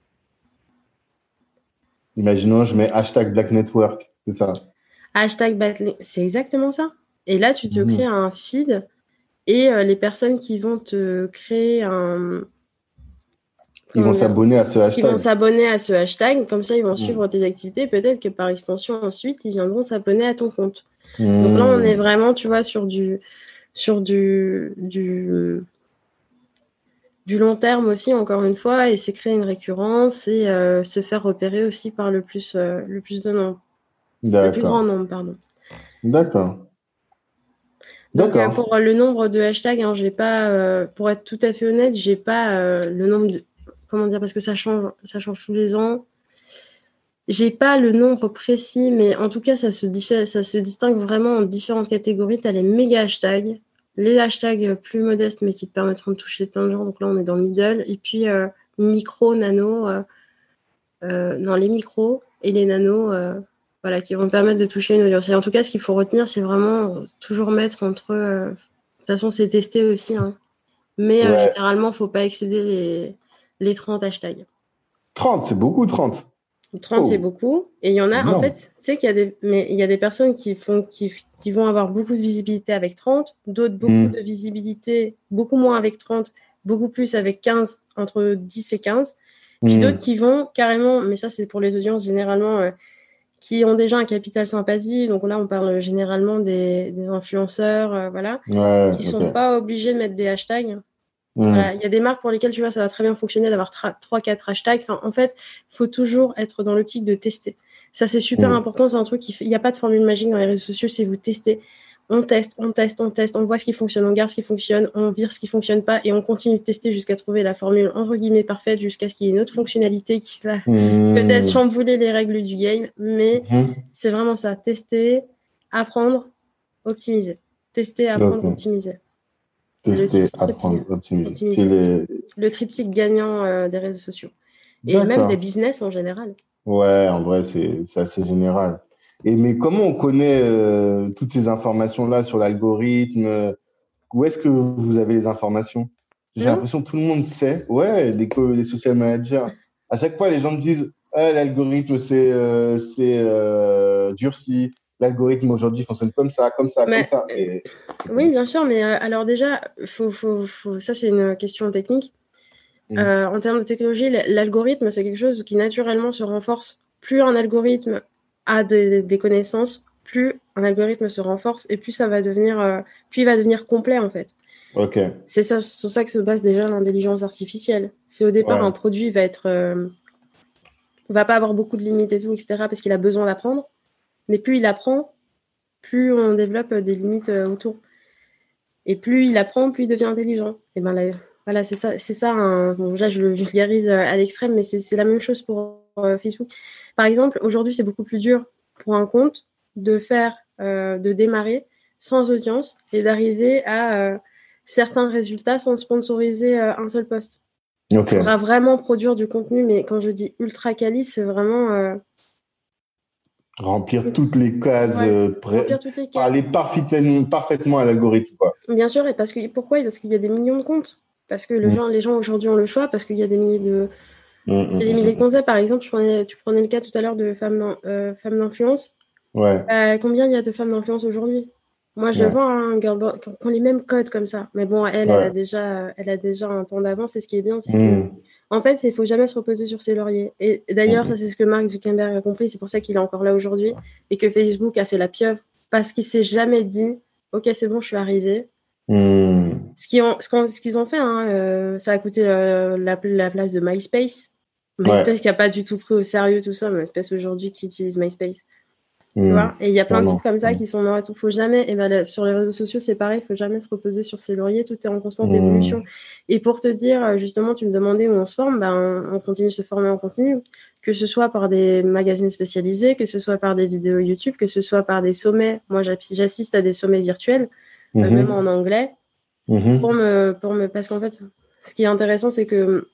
Imaginons, je mets hashtag Black Network, c'est ça. Hashtag Black, c'est exactement ça. Et là, tu te mmh. crées un feed et euh, les personnes qui vont te créer un Ils vont s'abonner à ce hashtag. Ils vont s'abonner à ce hashtag, comme ça ils vont mmh. suivre tes activités. Peut-être que par extension, ensuite, ils viendront s'abonner à ton compte. Mmh. Donc là, on est vraiment, tu vois, sur du, sur du, du, du long terme aussi, encore une fois, et c'est créer une récurrence et euh, se faire repérer aussi par le plus, euh, le plus de nombre. D'accord. Le plus grand nombre, pardon. D'accord. Donc euh, pour le nombre de hashtags, hein, j'ai pas, euh, pour être tout à fait honnête, j'ai pas euh, le nombre de... Comment dire, parce que ça change, ça change tous les ans. J'ai pas le nombre précis, mais en tout cas, ça se, diffé- ça se distingue vraiment en différentes catégories. Tu as les méga hashtags, les hashtags plus modestes, mais qui te permettront de toucher plein de gens. Donc là, on est dans le middle. Et puis, euh, micro, nano, euh, euh, non, les micros et les nanos, euh, voilà, qui vont permettre de toucher une audience. Et en tout cas, ce qu'il faut retenir, c'est vraiment toujours mettre entre... Euh, de toute façon, c'est testé aussi, hein. Mais ouais. euh, généralement, il ne faut pas excéder les... les trente hashtags. trente, c'est beaucoup, trente. trente, oh. C'est beaucoup. Et il y en a, non. En fait, tu sais qu'il y a des, mais il y a des personnes qui font, qui, qui vont avoir beaucoup de visibilité avec trente, d'autres beaucoup mmh. de visibilité, beaucoup moins avec trente, beaucoup plus avec quinze, entre dix et quinze. Puis mmh. d'autres qui vont carrément, mais ça, c'est pour les audiences généralement, euh, qui ont déjà un capital sympathie. Donc là, on parle généralement des, des influenceurs, euh, voilà, ouais, qui ne okay. sont pas obligés de mettre des hashtags. Mmh. Voilà, il y a des marques pour lesquelles, tu vois, ça va très bien fonctionner d'avoir trois quatre hashtags. Enfin, en fait, il faut toujours être dans l'optique de tester. Ça, c'est super mmh. important. C'est un truc qui fait... Il n'y a pas de formule magique dans les réseaux sociaux, c'est vous testez. On teste, on teste, on teste, on voit ce qui fonctionne, on garde ce qui fonctionne, on vire ce qui ne fonctionne pas et on continue de tester jusqu'à trouver la formule entre guillemets parfaite, jusqu'à ce qu'il y ait une autre fonctionnalité qui va mmh. peut-être chambouler les règles du game. Mais mmh. c'est vraiment ça. Tester, apprendre, optimiser. Tester, apprendre, okay. optimiser. C'est Tester, le apprendre, optimiser. optimiser. C'est les... le triptyque gagnant euh, des réseaux sociaux. Et D'accord. même des business en général. Ouais, en vrai, c'est, c'est assez général. Et mais comment on connaît euh, toutes ces informations-là sur l'algorithme? Où est-ce que vous avez les informations? J'ai mmh. l'impression que tout le monde sait. Ouais, les, les social managers. À chaque fois, les gens me disent ah, l'algorithme, c'est, euh, c'est euh, durci. L'algorithme aujourd'hui fonctionne comme ça, comme ça, mais, comme ça. Et... Oui, bien sûr, mais euh, alors déjà, faut, faut, faut... ça, c'est une question technique. Mmh. Euh, en termes de technologie, l'algorithme, c'est quelque chose qui naturellement se renforce. Plus un algorithme a de, des connaissances, plus un algorithme se renforce et plus ça va devenir, euh, plus il va devenir complet en fait. Ok. C'est ça, sur ça que se base déjà l'intelligence artificielle. C'est au départ ouais. un produit va être, euh, va pas avoir beaucoup de limites et tout, et cetera parce qu'il a besoin d'apprendre. Mais plus il apprend, plus on développe des limites euh, autour. Et plus il apprend, plus il devient intelligent. Et ben là, voilà, c'est ça, c'est ça. Un... Bon, là, je le vulgarise à l'extrême, mais c'est, c'est la même chose pour euh, Facebook. Par exemple, aujourd'hui, c'est beaucoup plus dur pour un compte de faire, euh, de démarrer sans audience et d'arriver à euh, certains résultats sans sponsoriser euh, un seul post. Okay. Il faudra vraiment produire du contenu, mais quand je dis ultra quali, c'est vraiment euh... remplir toutes les cases, ouais, euh, pré... remplir toutes les cases. Parler parfaitement, parfaitement à l'algorithme, quoi. Bien sûr, et parce que pourquoi? Parce qu'il y a des millions de comptes. Parce que le mmh. gens, les gens aujourd'hui ont le choix, parce qu'il y a des milliers de, mmh. des milliers de concepts. Par exemple, je prenais, tu prenais le cas tout à l'heure de femmes, d'in, euh, femmes d'influence. Ouais. Euh, combien il y a de femmes d'influence aujourd'hui? Moi, je ouais. le vois, hein, girlboard, qui ont les mêmes codes comme ça. Mais bon, elle, ouais. elle, a déjà, elle a déjà un temps d'avance. Et ce qui est bien, c'est mmh. que, en fait, il ne faut jamais se reposer sur ses lauriers. Et d'ailleurs, mmh. ça, c'est ce que Mark Zuckerberg a compris. C'est pour ça qu'il est encore là aujourd'hui. Et que Facebook a fait la pieuvre. Parce qu'il ne s'est jamais dit, OK, c'est bon, je suis arrivé. Mmh. Ce, qu'ils ont, ce, qu'on, ce qu'ils ont fait, hein, euh, ça a coûté euh, la, la place de MySpace. MySpace ouais. qui n'a pas du tout pris au sérieux tout ça, mais MySpace aujourd'hui qui utilise MySpace. Mmh. Tu vois, et il y a plein de sites comme ça mmh. qui sont morts et tout. Faut jamais, et ben, là, sur les réseaux sociaux, c'est pareil, il ne faut jamais se reposer sur ses lauriers, tout est en constante mmh. évolution. Et pour te dire, justement, tu me demandais où on se forme, ben, on, on continue de se former, on continue. Que ce soit par des magazines spécialisés, que ce soit par des vidéos YouTube, que ce soit par des sommets. Moi, j'assiste à des sommets virtuels. Mmh. Euh, même en anglais, mmh. pour me, pour me, parce qu'en fait, ce qui est intéressant, c'est que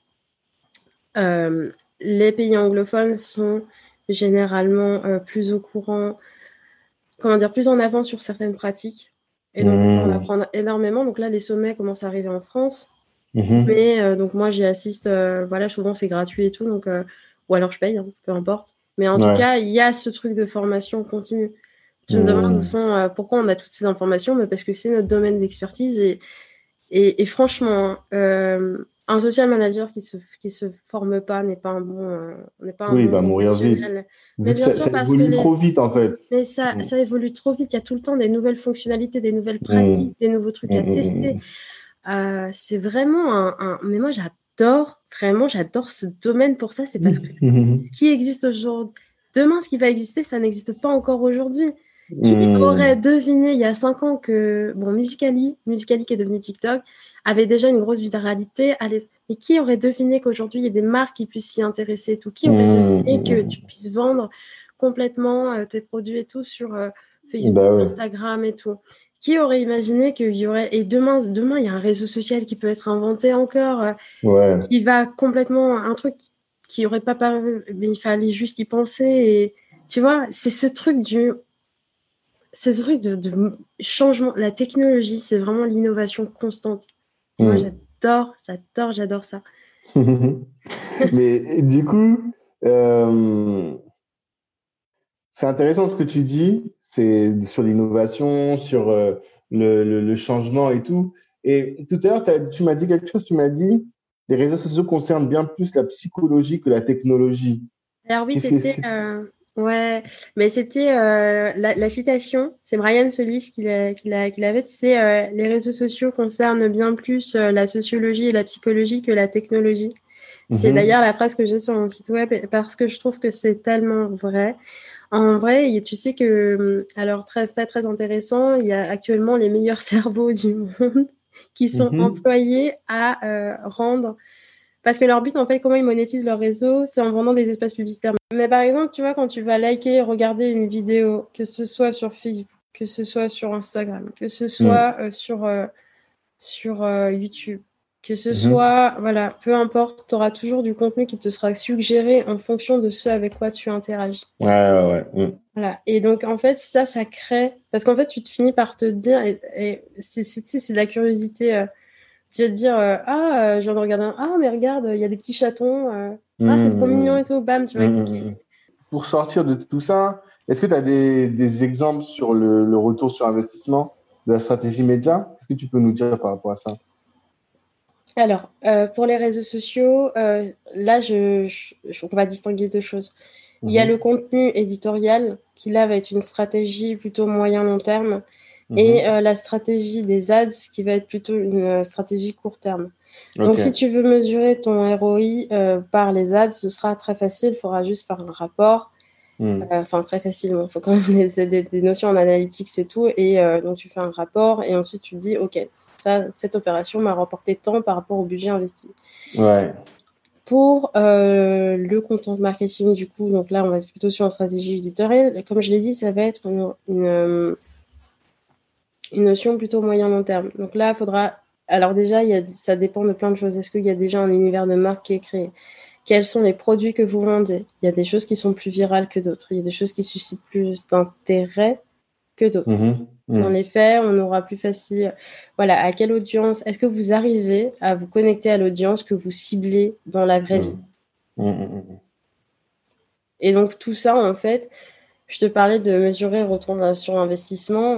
euh, les pays anglophones sont généralement euh, plus au courant, comment dire, plus en avant sur certaines pratiques, et donc mmh. on peut en apprendre énormément. Donc là, les sommets commencent à arriver en France, mmh. mais euh, donc moi, j'y assiste, euh, voilà, souvent c'est gratuit et tout, donc euh, ou alors je paye, hein, peu importe. Mais en ouais. tout cas, il y a ce truc de formation continue. Tu me demandes où sont, euh, pourquoi on a toutes ces informations, mais parce que c'est notre domaine d'expertise et, et, et franchement, euh, un social manager qui se qui se forme pas n'est pas un bon, euh, n'est pas un oui, bon il va mourir vite. Mais bien ça, sûr, ça parce évolue que les... trop vite en fait. Mais ça, mmh. ça évolue trop vite. Il y a tout le temps des nouvelles fonctionnalités, des nouvelles pratiques, mmh. des nouveaux trucs mmh. à tester. Euh, c'est vraiment un, un. Mais moi, j'adore vraiment, j'adore ce domaine pour ça. C'est parce que mmh. ce qui existe aujourd'hui, demain, ce qui va exister, ça n'existe pas encore aujourd'hui. Qui mmh. aurait deviné il y a cinq ans que bon, Musical.ly, Musical.ly qui est devenu TikTok, avait déjà une grosse viralité. Allez, mais qui aurait deviné qu'aujourd'hui il y a des marques qui puissent s'y intéresser et tout? Qui aurait mmh. deviné que tu puisses vendre complètement euh, tes produits et tout sur euh, Facebook, bah ouais. Instagram et tout? Qui aurait imaginé qu'il y aurait et demain, demain il y a un réseau social qui peut être inventé encore, euh, ouais. qui va complètement un truc qui aurait pas paru, mais il fallait juste y penser et tu vois, c'est ce truc du C'est ce truc de, de changement. La technologie, c'est vraiment l'innovation constante. Et mmh. moi, j'adore, j'adore, j'adore ça. Mais du coup, Euh, c'est intéressant ce que tu dis, c'est sur l'innovation, sur euh, le, le, le changement et tout. Et tout à l'heure, t'as- tu m'as dit quelque chose, tu m'as dit les réseaux sociaux concernent bien plus la psychologie que la technologie. Alors oui, Qu'est-ce que c'était c'est? euh, ouais, mais c'était euh, la, la citation, c'est Brian Solis qui l'a qui l'a qui l'avait, c'est euh, les réseaux sociaux concernent bien plus euh, la sociologie et la psychologie que la technologie. C'est Mhm, d'ailleurs la phrase que j'ai sur mon site web parce que je trouve que c'est tellement vrai. En vrai, tu sais que, alors très très très intéressant, il y a actuellement les meilleurs cerveaux du monde qui sont mhm, employés à euh, rendre. Parce que leur but, en fait, comment ils monétisent leur réseau, c'est en vendant des espaces publicitaires. Mais par exemple, tu vois, quand tu vas liker, regarder une vidéo, que ce soit sur Facebook, que ce soit sur Instagram, que ce mhm, soit euh, sur, euh, sur euh, YouTube, que ce mhm. soit, voilà, peu importe, tu auras toujours du contenu qui te sera suggéré en fonction de ce avec quoi tu interagis. Ouais, ouais, ouais. Mhm. Voilà. Et donc, en fait, ça, ça crée. Parce qu'en fait, tu te finis par te dire, et, et c'est, c'est, tu sais, c'est de la curiosité. euh, Tu vas te dire, euh, ah, euh, je viens de regarder un. Ah, mais regarde, il y a des petits chatons. euh, Ah, c'est trop mignon Mhm, et tout. Bam, tu vas mhm, cliquer. mhm. Pour sortir de tout ça, est-ce que tu as des, des exemples sur le, le retour sur investissement de la stratégie média? Qu'est-ce que tu peux nous dire par rapport à ça? Alors, euh, pour les réseaux sociaux, euh, là, je, je- on va distinguer deux choses. Il y a le Mhm, contenu éditorial, qui là va être une stratégie plutôt moyen-long terme, et mhm. euh, la stratégie des ads, qui va être plutôt une euh, stratégie court terme. Donc, si Ok. tu veux mesurer ton R O I euh, par les ads, ce sera très facile. Il faudra juste faire un rapport. Mhm, Enfin, très facilement. Il faut quand même des, des, des notions en analytique, c'est tout. Et euh, donc, tu fais un rapport et ensuite tu te dis, OK, ça, cette opération m'a rapporté tant par rapport au budget investi. ouais. Pour euh, le content marketing, du coup, donc là, on va être plutôt sur une stratégie éditoriale. Comme je l'ai dit, ça va être une, une, une notion plutôt moyen-long terme. Donc là, il faudra. Alors, déjà, il y a, ça dépend de plein de choses. Est-ce qu'il y a déjà un univers de marque qui est créé? Quels sont les produits que vous vendez? Il y a des choses qui sont plus virales que d'autres. Il y a des choses qui suscitent plus d'intérêt que d'autres. Mhm, Dans mhm, les faits, on aura plus facile. Voilà, à quelle audience? Est-ce que vous arrivez à vous connecter à l'audience que vous ciblez dans la vraie vie? mhm, mhm, mhm. Et donc, tout ça, en fait, je te parlais de mesurer le retour sur investissement.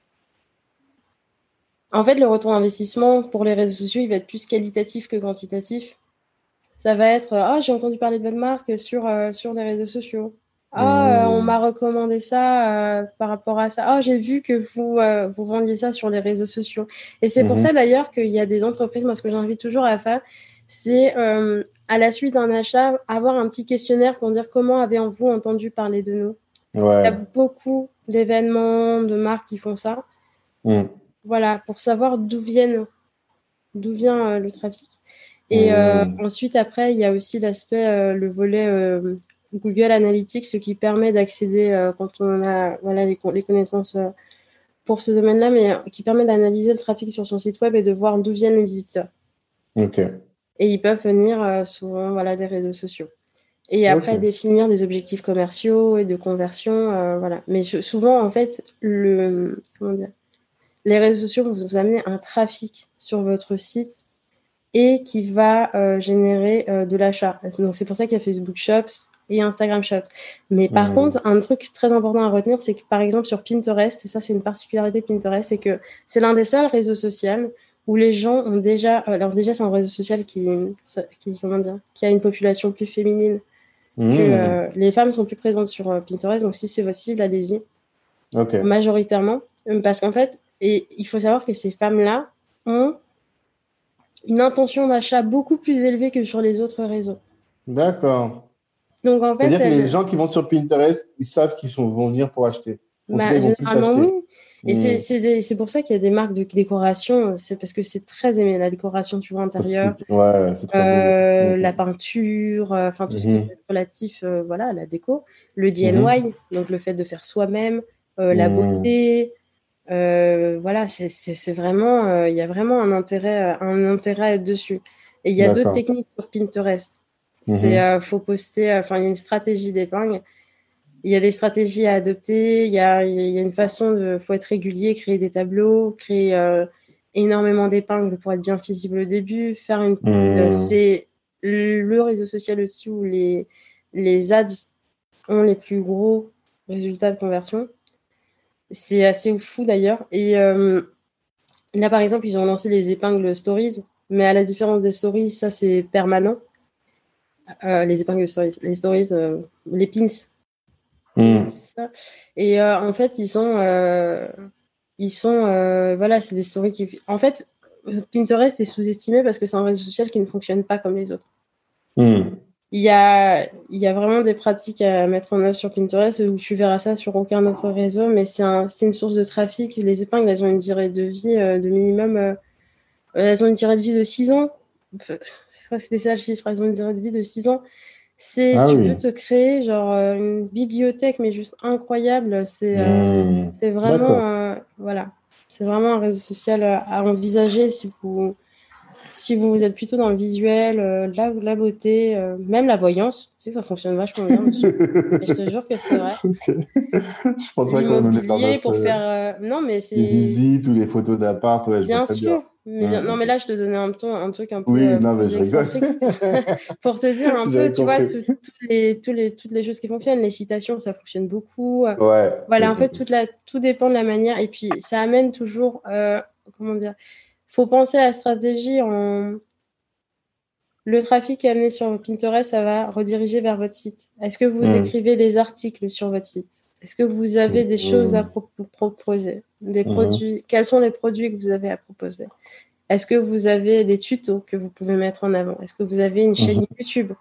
En fait, le retour d'investissement pour les réseaux sociaux, il va être plus qualitatif que quantitatif. Ça va être ah, j'ai entendu parler de votre marque sur, euh, sur les réseaux sociaux. Ah, euh, on m'a Mhm, recommandé ça euh, par rapport à ça. Ah, j'ai vu que vous, euh, vous vendiez ça sur les réseaux sociaux. Et c'est pour ça mhm. d'ailleurs qu'il y a des entreprises, moi ce que j'invite toujours à faire, c'est euh, à la suite d'un achat, avoir un petit questionnaire pour dire comment avez-vous entendu parler de nous. Il y a Ouais. beaucoup d'événements, de marques qui font ça. Mhm, Voilà, pour savoir d'où viennent, d'où vient euh, le trafic. Et euh, mhm. ensuite, après, il y a aussi l'aspect, euh, le volet euh, Google Analytics, ce qui permet d'accéder, euh, quand on a voilà, les, les connaissances euh, pour ce domaine-là, mais euh, qui permet d'analyser le trafic sur son site web et de voir d'où viennent les visiteurs. Ok. Et ils peuvent venir euh, souvent voilà, des réseaux sociaux. Et après, Ok. définir des objectifs commerciaux et de conversion. Euh, voilà. Mais je, souvent, en fait, le, comment dire, les réseaux sociaux vont vous amener un trafic sur votre site et qui va euh, générer euh, de l'achat. Donc, c'est pour ça qu'il y a Facebook Shops et Instagram Shops. Mais par Mhm, contre, un truc très important à retenir, c'est que par exemple sur Pinterest, et ça c'est une particularité de Pinterest, c'est que c'est l'un des seuls réseaux sociaux où les gens ont déjà, euh, alors déjà c'est un réseau social qui, qui, comment dire, qui a une population plus féminine, que mhm. euh, les femmes sont plus présentes sur euh, Pinterest. Donc si c'est votre cible, allez-y, Ok. majoritairement, parce qu'en fait, et il faut savoir que ces femmes-là ont une intention d'achat beaucoup plus élevée que sur les autres réseaux. D'accord. Donc en fait, C'est-à-dire que les elles, gens qui vont sur Pinterest, ils savent qu'ils sont- vont venir pour acheter. En tout cas, bah, ils vont plus généralement oui. acheter. Et c'est, Mhm. c'est, des, c'est pour ça qu'il y a des marques de décoration. C'est parce que c'est très aimé, la décoration, tu vois, intérieure, Aussi. Ouais, c'est très beau. euh, la Mhm. peinture, euh, enfin tout ce qui Mhm. est relatif euh, voilà, à la déco. Le D I Y, Mhm. donc le fait de faire soi-même, euh, la Mhm. beauté. Euh, voilà, c'est, c'est, c'est vraiment, euh, il y a vraiment un intérêt, un intérêt à être dessus. Et il y a d'autres D'accord. techniques sur Pinterest. C'est, Mhm. euh, faut poster, enfin, il y a une stratégie d'épingle. Il y a des stratégies à adopter. Il y a, il y a une façon de, faut être régulier, créer des tableaux, créer euh, énormément d'épingles pour être bien visible au début. Faire une, euh, Mhm. c'est le réseau social aussi où les les ads ont les plus gros résultats de conversion. C'est assez fou d'ailleurs. Et euh, là, par exemple, ils ont lancé les épingles stories, mais à la différence des stories, ça c'est permanent. Euh, les épingles stories, les stories, euh, les pins. Mmh. Ça. Et euh, en fait, ils sont, euh, ils sont, euh, voilà, c'est des stories qui. En fait, Pinterest est sous-estimé parce que c'est un réseau social qui ne fonctionne pas comme les autres. Mmh. Il y a, il y a vraiment des pratiques à mettre en œuvre sur Pinterest où tu verras ça sur aucun autre réseau, mais c'est un, c'est une source de trafic. Les épingles, elles ont une durée de vie euh, de minimum, euh, elles ont une durée de vie de six ans. Enfin, je crois que c'était ça le chiffre, elles ont une durée de vie de six ans. C'est, Ah tu oui. peux te créer genre euh, une bibliothèque, mais juste incroyable. C'est, euh, Mmh. c'est vraiment, euh, voilà, c'est vraiment un réseau social euh, à envisager si vous, si vous êtes plutôt dans le visuel, euh, la, la beauté, euh, même la voyance. Tu sais, ça fonctionne vachement bien dessus. Et je te jure que c'est vrai. Okay. Je pense pas qu'on en est dans L'immobilier notre pour faire, euh, non mais c'est les visites ou les photos d'appart, ouais, je vois bien très bien. sûr. Mais bien- non, mais là, je te donnais un, ton, un truc un peu Oui, euh, non, mais plus je rigole. excentrique pour te dire un peu, J'avais tu vois, compris. tout- tout les, tous les, toutes les choses qui fonctionnent. Les citations, ça fonctionne beaucoup. Euh, Ouais. Voilà, en Mm, fait, mm. toute la, tout dépend de la manière. Et puis, ça amène toujours, euh, comment dire, faut penser à la stratégie en. Le trafic qui est amené sur Pinterest, ça va rediriger vers votre site. Est-ce que vous Mm. écrivez des articles sur votre site? Est-ce que vous avez des choses à pro- proposer? Des Mm. produits? Quels sont les produits que vous avez à proposer? Est-ce que vous avez des tutos que vous pouvez mettre en avant? Est-ce que vous avez une chaîne Mm. YouTube?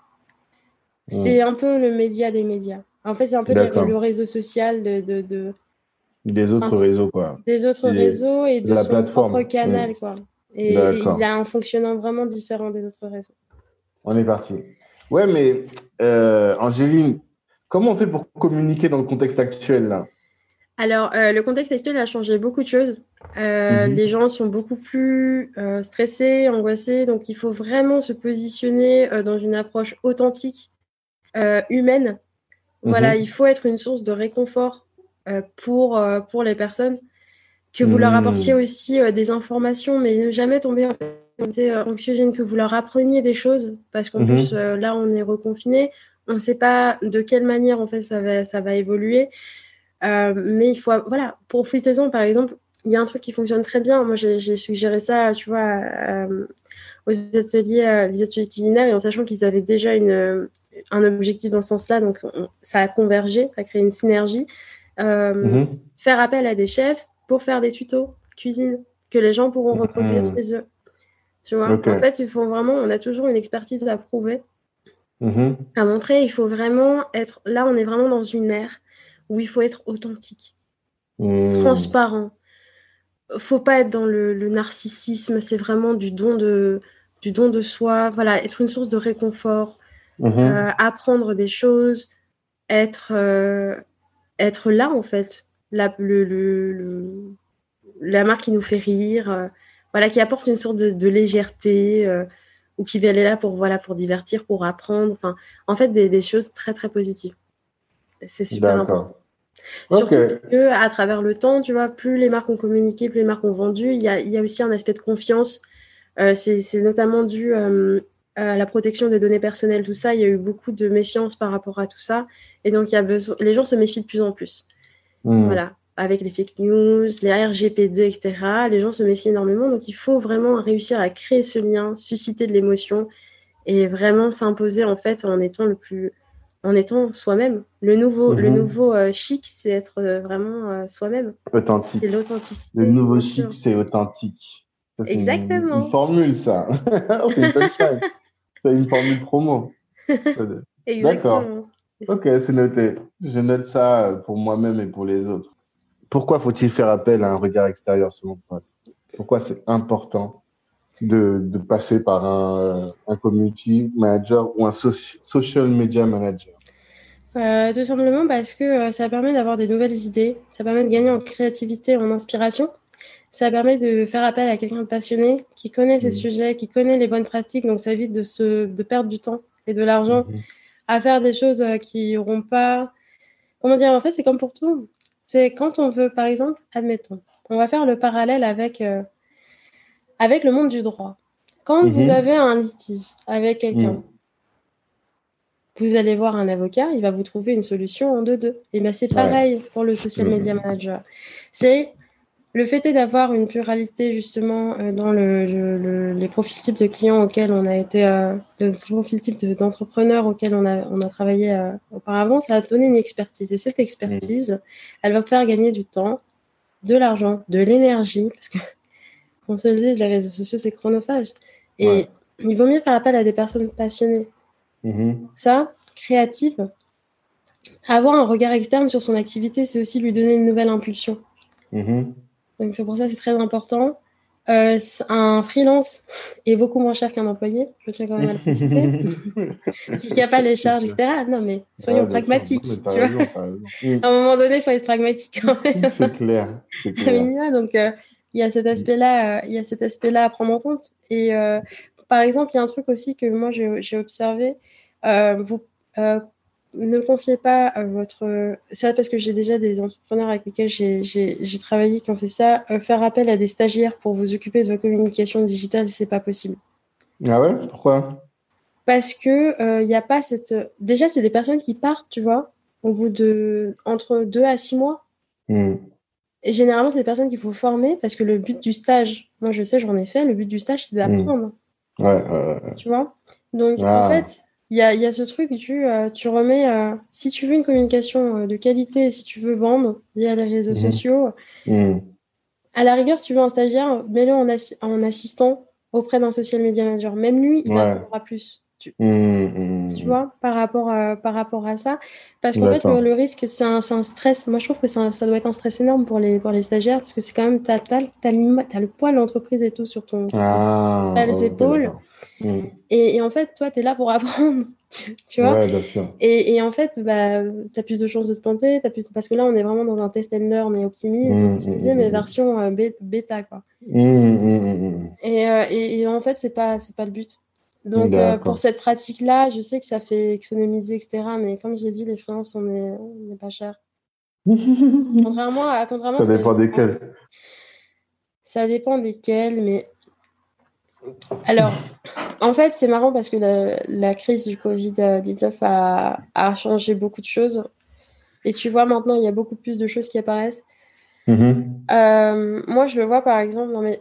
Mm. C'est un peu le média des médias. En fait, c'est un peu les- D'accord. le réseau social de, de, de- Des autres enfin, réseaux, quoi. des autres Et réseaux et de de la son propre plateforme. canal, Mm. quoi. Et, et il D'accord. a un fonctionnement vraiment différent des autres réseaux. On est parti. Ouais, mais euh, Angéline, comment on fait pour communiquer dans le contexte actuel, là? Alors, euh, le contexte actuel a changé beaucoup de choses. Euh, Mhm. Les gens sont beaucoup plus euh, stressés, angoissés. Donc, il faut vraiment se positionner euh, dans une approche authentique, euh, humaine. Voilà, Mhm. il faut être une source de réconfort euh, pour, euh, pour les personnes. Que vous leur apportiez Mm. aussi euh, des informations, mais ne jamais tomber en fait, euh, anxiogène, que vous leur appreniez des choses. Parce qu'en Mhm. plus, euh, là, on est reconfiné. On ne sait pas de quelle manière, en fait, ça va, ça va évoluer. Euh, mais il faut, voilà, profitez-en, par exemple, il y a un truc qui fonctionne très bien. Moi, j'ai, j'ai suggéré ça, tu vois, euh, aux ateliers, euh, les ateliers culinaires, et en sachant qu'ils avaient déjà une, un objectif dans ce sens-là, donc on, ça a convergé, ça a créé une synergie. Euh, Mhm. Faire appel à des chefs pour faire des tutos cuisine que les gens pourront reproduire Mm. chez eux. Tu vois, Ok. en fait, il faut vraiment, on a toujours une expertise à prouver, Mhm. à montrer. Il faut vraiment être, là, on est vraiment dans une ère où il faut être authentique, Mm. transparent. Faut pas être dans le, le narcissisme, c'est vraiment du don de, du don de soi. Voilà, être une source de réconfort, Mhm. euh, apprendre des choses, être, euh, être là en fait, la, le, le, le, la marque qui nous fait rire, euh, voilà, qui apporte une sorte de, de légèreté, euh, ou qui va aller là pour, voilà, pour divertir, pour apprendre. Enfin, en fait, des, des choses très très positives. C'est super important. D'accord. Ok. Surtout que à travers le temps, tu vois, plus les marques ont communiqué, plus les marques ont vendu, il y a, il y a aussi un aspect de confiance. Euh, c'est, c'est notamment dû euh, à la protection des données personnelles, tout ça. Il y a eu beaucoup de méfiance par rapport à tout ça. Et donc, il y a besoin... les gens se méfient de plus en plus. Mm. Voilà. Avec les fake news, les R G P D, et cetera, les gens se méfient énormément. Donc, il faut vraiment réussir à créer ce lien, susciter de l'émotion et vraiment s'imposer, en fait, en étant le plus... en étant soi-même. Le nouveau, Mhm. le nouveau euh, chic, c'est être euh, vraiment euh, soi-même. Authentique. C'est l'authenticité. Le nouveau bien chic, sûr. c'est authentique. Ça, c'est une, Exactement. une formule, ça. C'est une punchline. C'est une formule promo. D'accord. Exactement. Ok, c'est noté. Je note ça pour moi-même et pour les autres. Pourquoi faut-il faire appel à un regard extérieur selon toi? Pourquoi c'est important de, de passer par un, un community manager ou un soci- social media manager? Euh, tout simplement parce que euh, ça permet d'avoir des nouvelles idées, ça permet de gagner en créativité, en inspiration. Ça permet de faire appel à quelqu'un de passionné qui connaît ces Mhm. sujets, qui connaît les bonnes pratiques, donc ça évite de, se, de perdre du temps et de l'argent Mhm. à faire des choses euh, qui n'auront pas... Comment dire? En fait, c'est comme pour tout. C'est quand on veut, par exemple, admettons, on va faire le parallèle avec, euh, avec le monde du droit. Quand vous Mhm. avez un litige avec quelqu'un, Mhm. vous allez voir un avocat, il va vous trouver une solution en deux-deux. Et bien, c'est pareil ouais. pour le social media manager. C'est le fait est d'avoir une pluralité, justement, euh, dans le, le, le, les profils types de clients auxquels on a été, euh, le profil type de, d'entrepreneurs auxquels on a, on a travaillé euh, auparavant, ça a donné une expertise. Et cette expertise, mmh. elle va faire gagner du temps, de l'argent, de l'énergie, parce que, qu'on se le dise, les réseaux sociaux, c'est chronophage. Et ouais. il vaut mieux faire appel à des personnes passionnées. Mmh. Ça, créative, avoir un regard externe sur son activité, c'est aussi lui donner une nouvelle impulsion. Mmh. Donc c'est pour ça que c'est très important. Euh, un freelance est beaucoup moins cher qu'un employé, je tiens quand même à le préciser. Il n'y a pas les charges, et cetera. Non, mais soyons ouais, pragmatiques. Tu vois raison, à un moment donné, il faut être pragmatique quand même. C'est clair. C'est clair. Donc euh, il y a cet aspect-là, euh, il y a cet aspect-là à prendre en compte. Et euh, par exemple, il y a un truc aussi que moi j'ai, j'ai observé. Euh, vous euh, ne confiez pas euh, votre... C'est parce que j'ai déjà des entrepreneurs avec lesquels j'ai, j'ai, j'ai travaillé qui ont fait ça. Euh, faire appel à des stagiaires pour vous occuper de vos communications digitales, c'est pas possible. Ah ouais? Pourquoi? Parce que il euh, n'y a pas cette... Déjà, c'est des personnes qui partent, tu vois, au bout de... entre deux à six mois. Mm. Et généralement, c'est des personnes qu'il faut former parce que le but du stage, moi je sais, j'en ai fait, le but du stage, c'est d'apprendre. Mm. Ouais, ouais, ouais. Tu vois? Donc, ah. en fait... Il y a, il y a ce truc où tu, euh, tu remets, euh, si tu veux une communication euh, de qualité, si tu veux vendre via les réseaux mmh. sociaux, mmh. à la rigueur, si tu veux un stagiaire, mets-le en, assi- en assistant auprès d'un social media manager. Même lui, il ouais. apprendra plus. Tu, mmh. tu vois, par rapport, à, par rapport à ça. Parce qu'en D'accord. fait, le, le risque, c'est un, c'est un stress. Moi, je trouve que c'est un, ça doit être un stress énorme pour les, pour les stagiaires parce que c'est quand même, t'as, t'as, t'as, t'as le poids de l'entreprise et tout sur ton, ah, tes oh, épaules. Mmh. Et, et en fait, toi, tu es là pour apprendre, tu, tu vois. Ouais, bien sûr. Et, et en fait, bah, tu as plus de chances de te planter, t'as plus... parce que là, on est vraiment dans un test and learn et optimise, mmh, tu mmh, disais, mmh. mais version euh, b- bêta, quoi. Mmh, mmh. Et, euh, et, et en fait, c'est pas, c'est pas le but. Donc, euh, pour cette pratique-là, je sais que ça fait économiser, et cetera. Mais comme j'ai dit, les freelances, on est, on est pas cher. contrairement à... Contrairement ça dépend desquels. Ça dépend desquels, mais... Alors, en fait, c'est marrant parce que la, la crise du covid dix-neuf a, a changé beaucoup de choses. Et tu vois, maintenant, il y a beaucoup plus de choses qui apparaissent. Mm-hmm. Euh, moi, je le vois, par exemple, dans mes...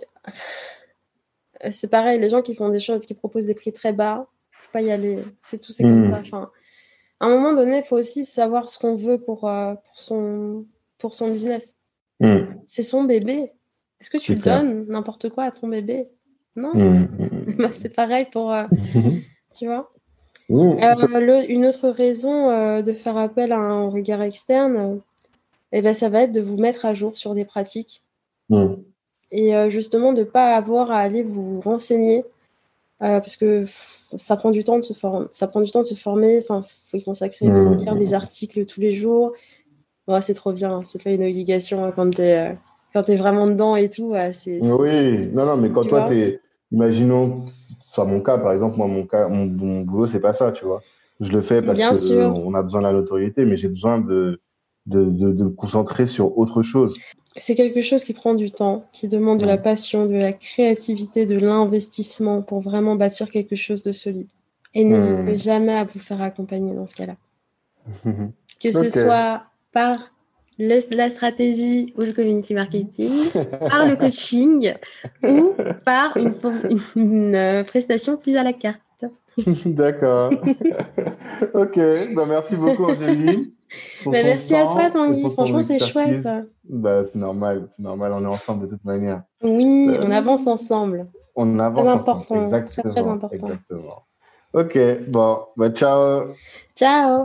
c'est pareil, les gens qui font des choses, qui proposent des prix très bas, faut pas y aller. C'est tout, c'est mm. comme ça. Enfin, à un moment donné, il faut aussi savoir ce qu'on veut pour, euh, pour, son, pour son business. Mm. C'est son bébé. Est-ce que tu c'est donnes clair. N'importe quoi à ton bébé? Non, mmh. bah, c'est pareil pour, euh, tu vois. Mmh. Euh, le, une autre raison euh, de faire appel à un regard externe, euh, eh ben, ça va être de vous mettre à jour sur des pratiques. Mmh. Et euh, justement, de ne pas avoir à aller vous renseigner, euh, parce que f- ça prend du temps de se former. Ça prend du temps de se former. Enfin, faut y consacrer, mmh. faut lire des articles tous les jours. Bon, c'est trop bien. C'est pas une obligation hein, quand t'es, euh, quand t'es vraiment dedans et tout. Euh, c'est, oui, c'est... non, non, mais quand toi, vois t'es imaginons, soit mon cas, par exemple, moi, mon, cas, mon, mon boulot, c'est pas ça, tu vois. Je le fais parce qu'on a besoin de la notoriété, mais j'ai besoin de, de, de, de me concentrer sur autre chose. C'est quelque chose qui prend du temps, qui demande ouais. de la passion, de la créativité, de l'investissement pour vraiment bâtir quelque chose de solide. Et n'hésitez mmh. jamais à vous faire accompagner dans ce cas-là. Mmh. Que ce okay. soit par le, la stratégie ou le community marketing, par le coaching ou par une, une, une prestation plus à la carte. D'accord. Ok, bah, merci beaucoup Angéline. Bah, merci à toi Tanguy, franchement c'est chouette. Bah, c'est normal, c'est normal, on est ensemble de toute manière. Oui, euh, on avance ensemble. On avance très ensemble, important, exactement. Très, très important. Exactement. Ok, bon, bah ciao. Ciao.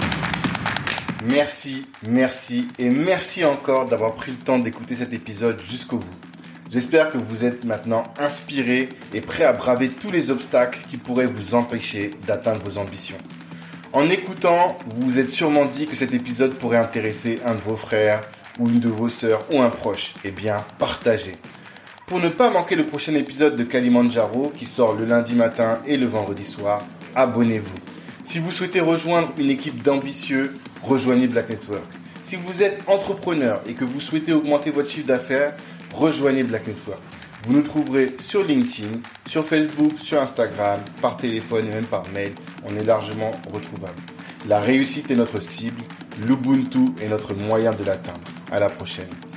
Merci, merci et merci encore d'avoir pris le temps d'écouter cet épisode jusqu'au bout. J'espère que vous êtes maintenant inspiré et prêt à braver tous les obstacles qui pourraient vous empêcher d'atteindre vos ambitions. En écoutant, vous vous êtes sûrement dit que cet épisode pourrait intéresser un de vos frères ou une de vos sœurs ou un proche. Eh bien, partagez. Pour ne pas manquer le prochain épisode de Kalimandjaro qui sort le lundi matin et le vendredi soir, abonnez-vous. Si vous souhaitez rejoindre une équipe d'ambitieux, rejoignez Black Network. Si vous êtes entrepreneur et que vous souhaitez augmenter votre chiffre d'affaires, rejoignez Black Network. Vous nous trouverez sur LinkedIn, sur Facebook, sur Instagram, par téléphone et même par mail. On est largement retrouvable. La réussite est notre cible, l'Ubuntu est notre moyen de l'atteindre. À la prochaine.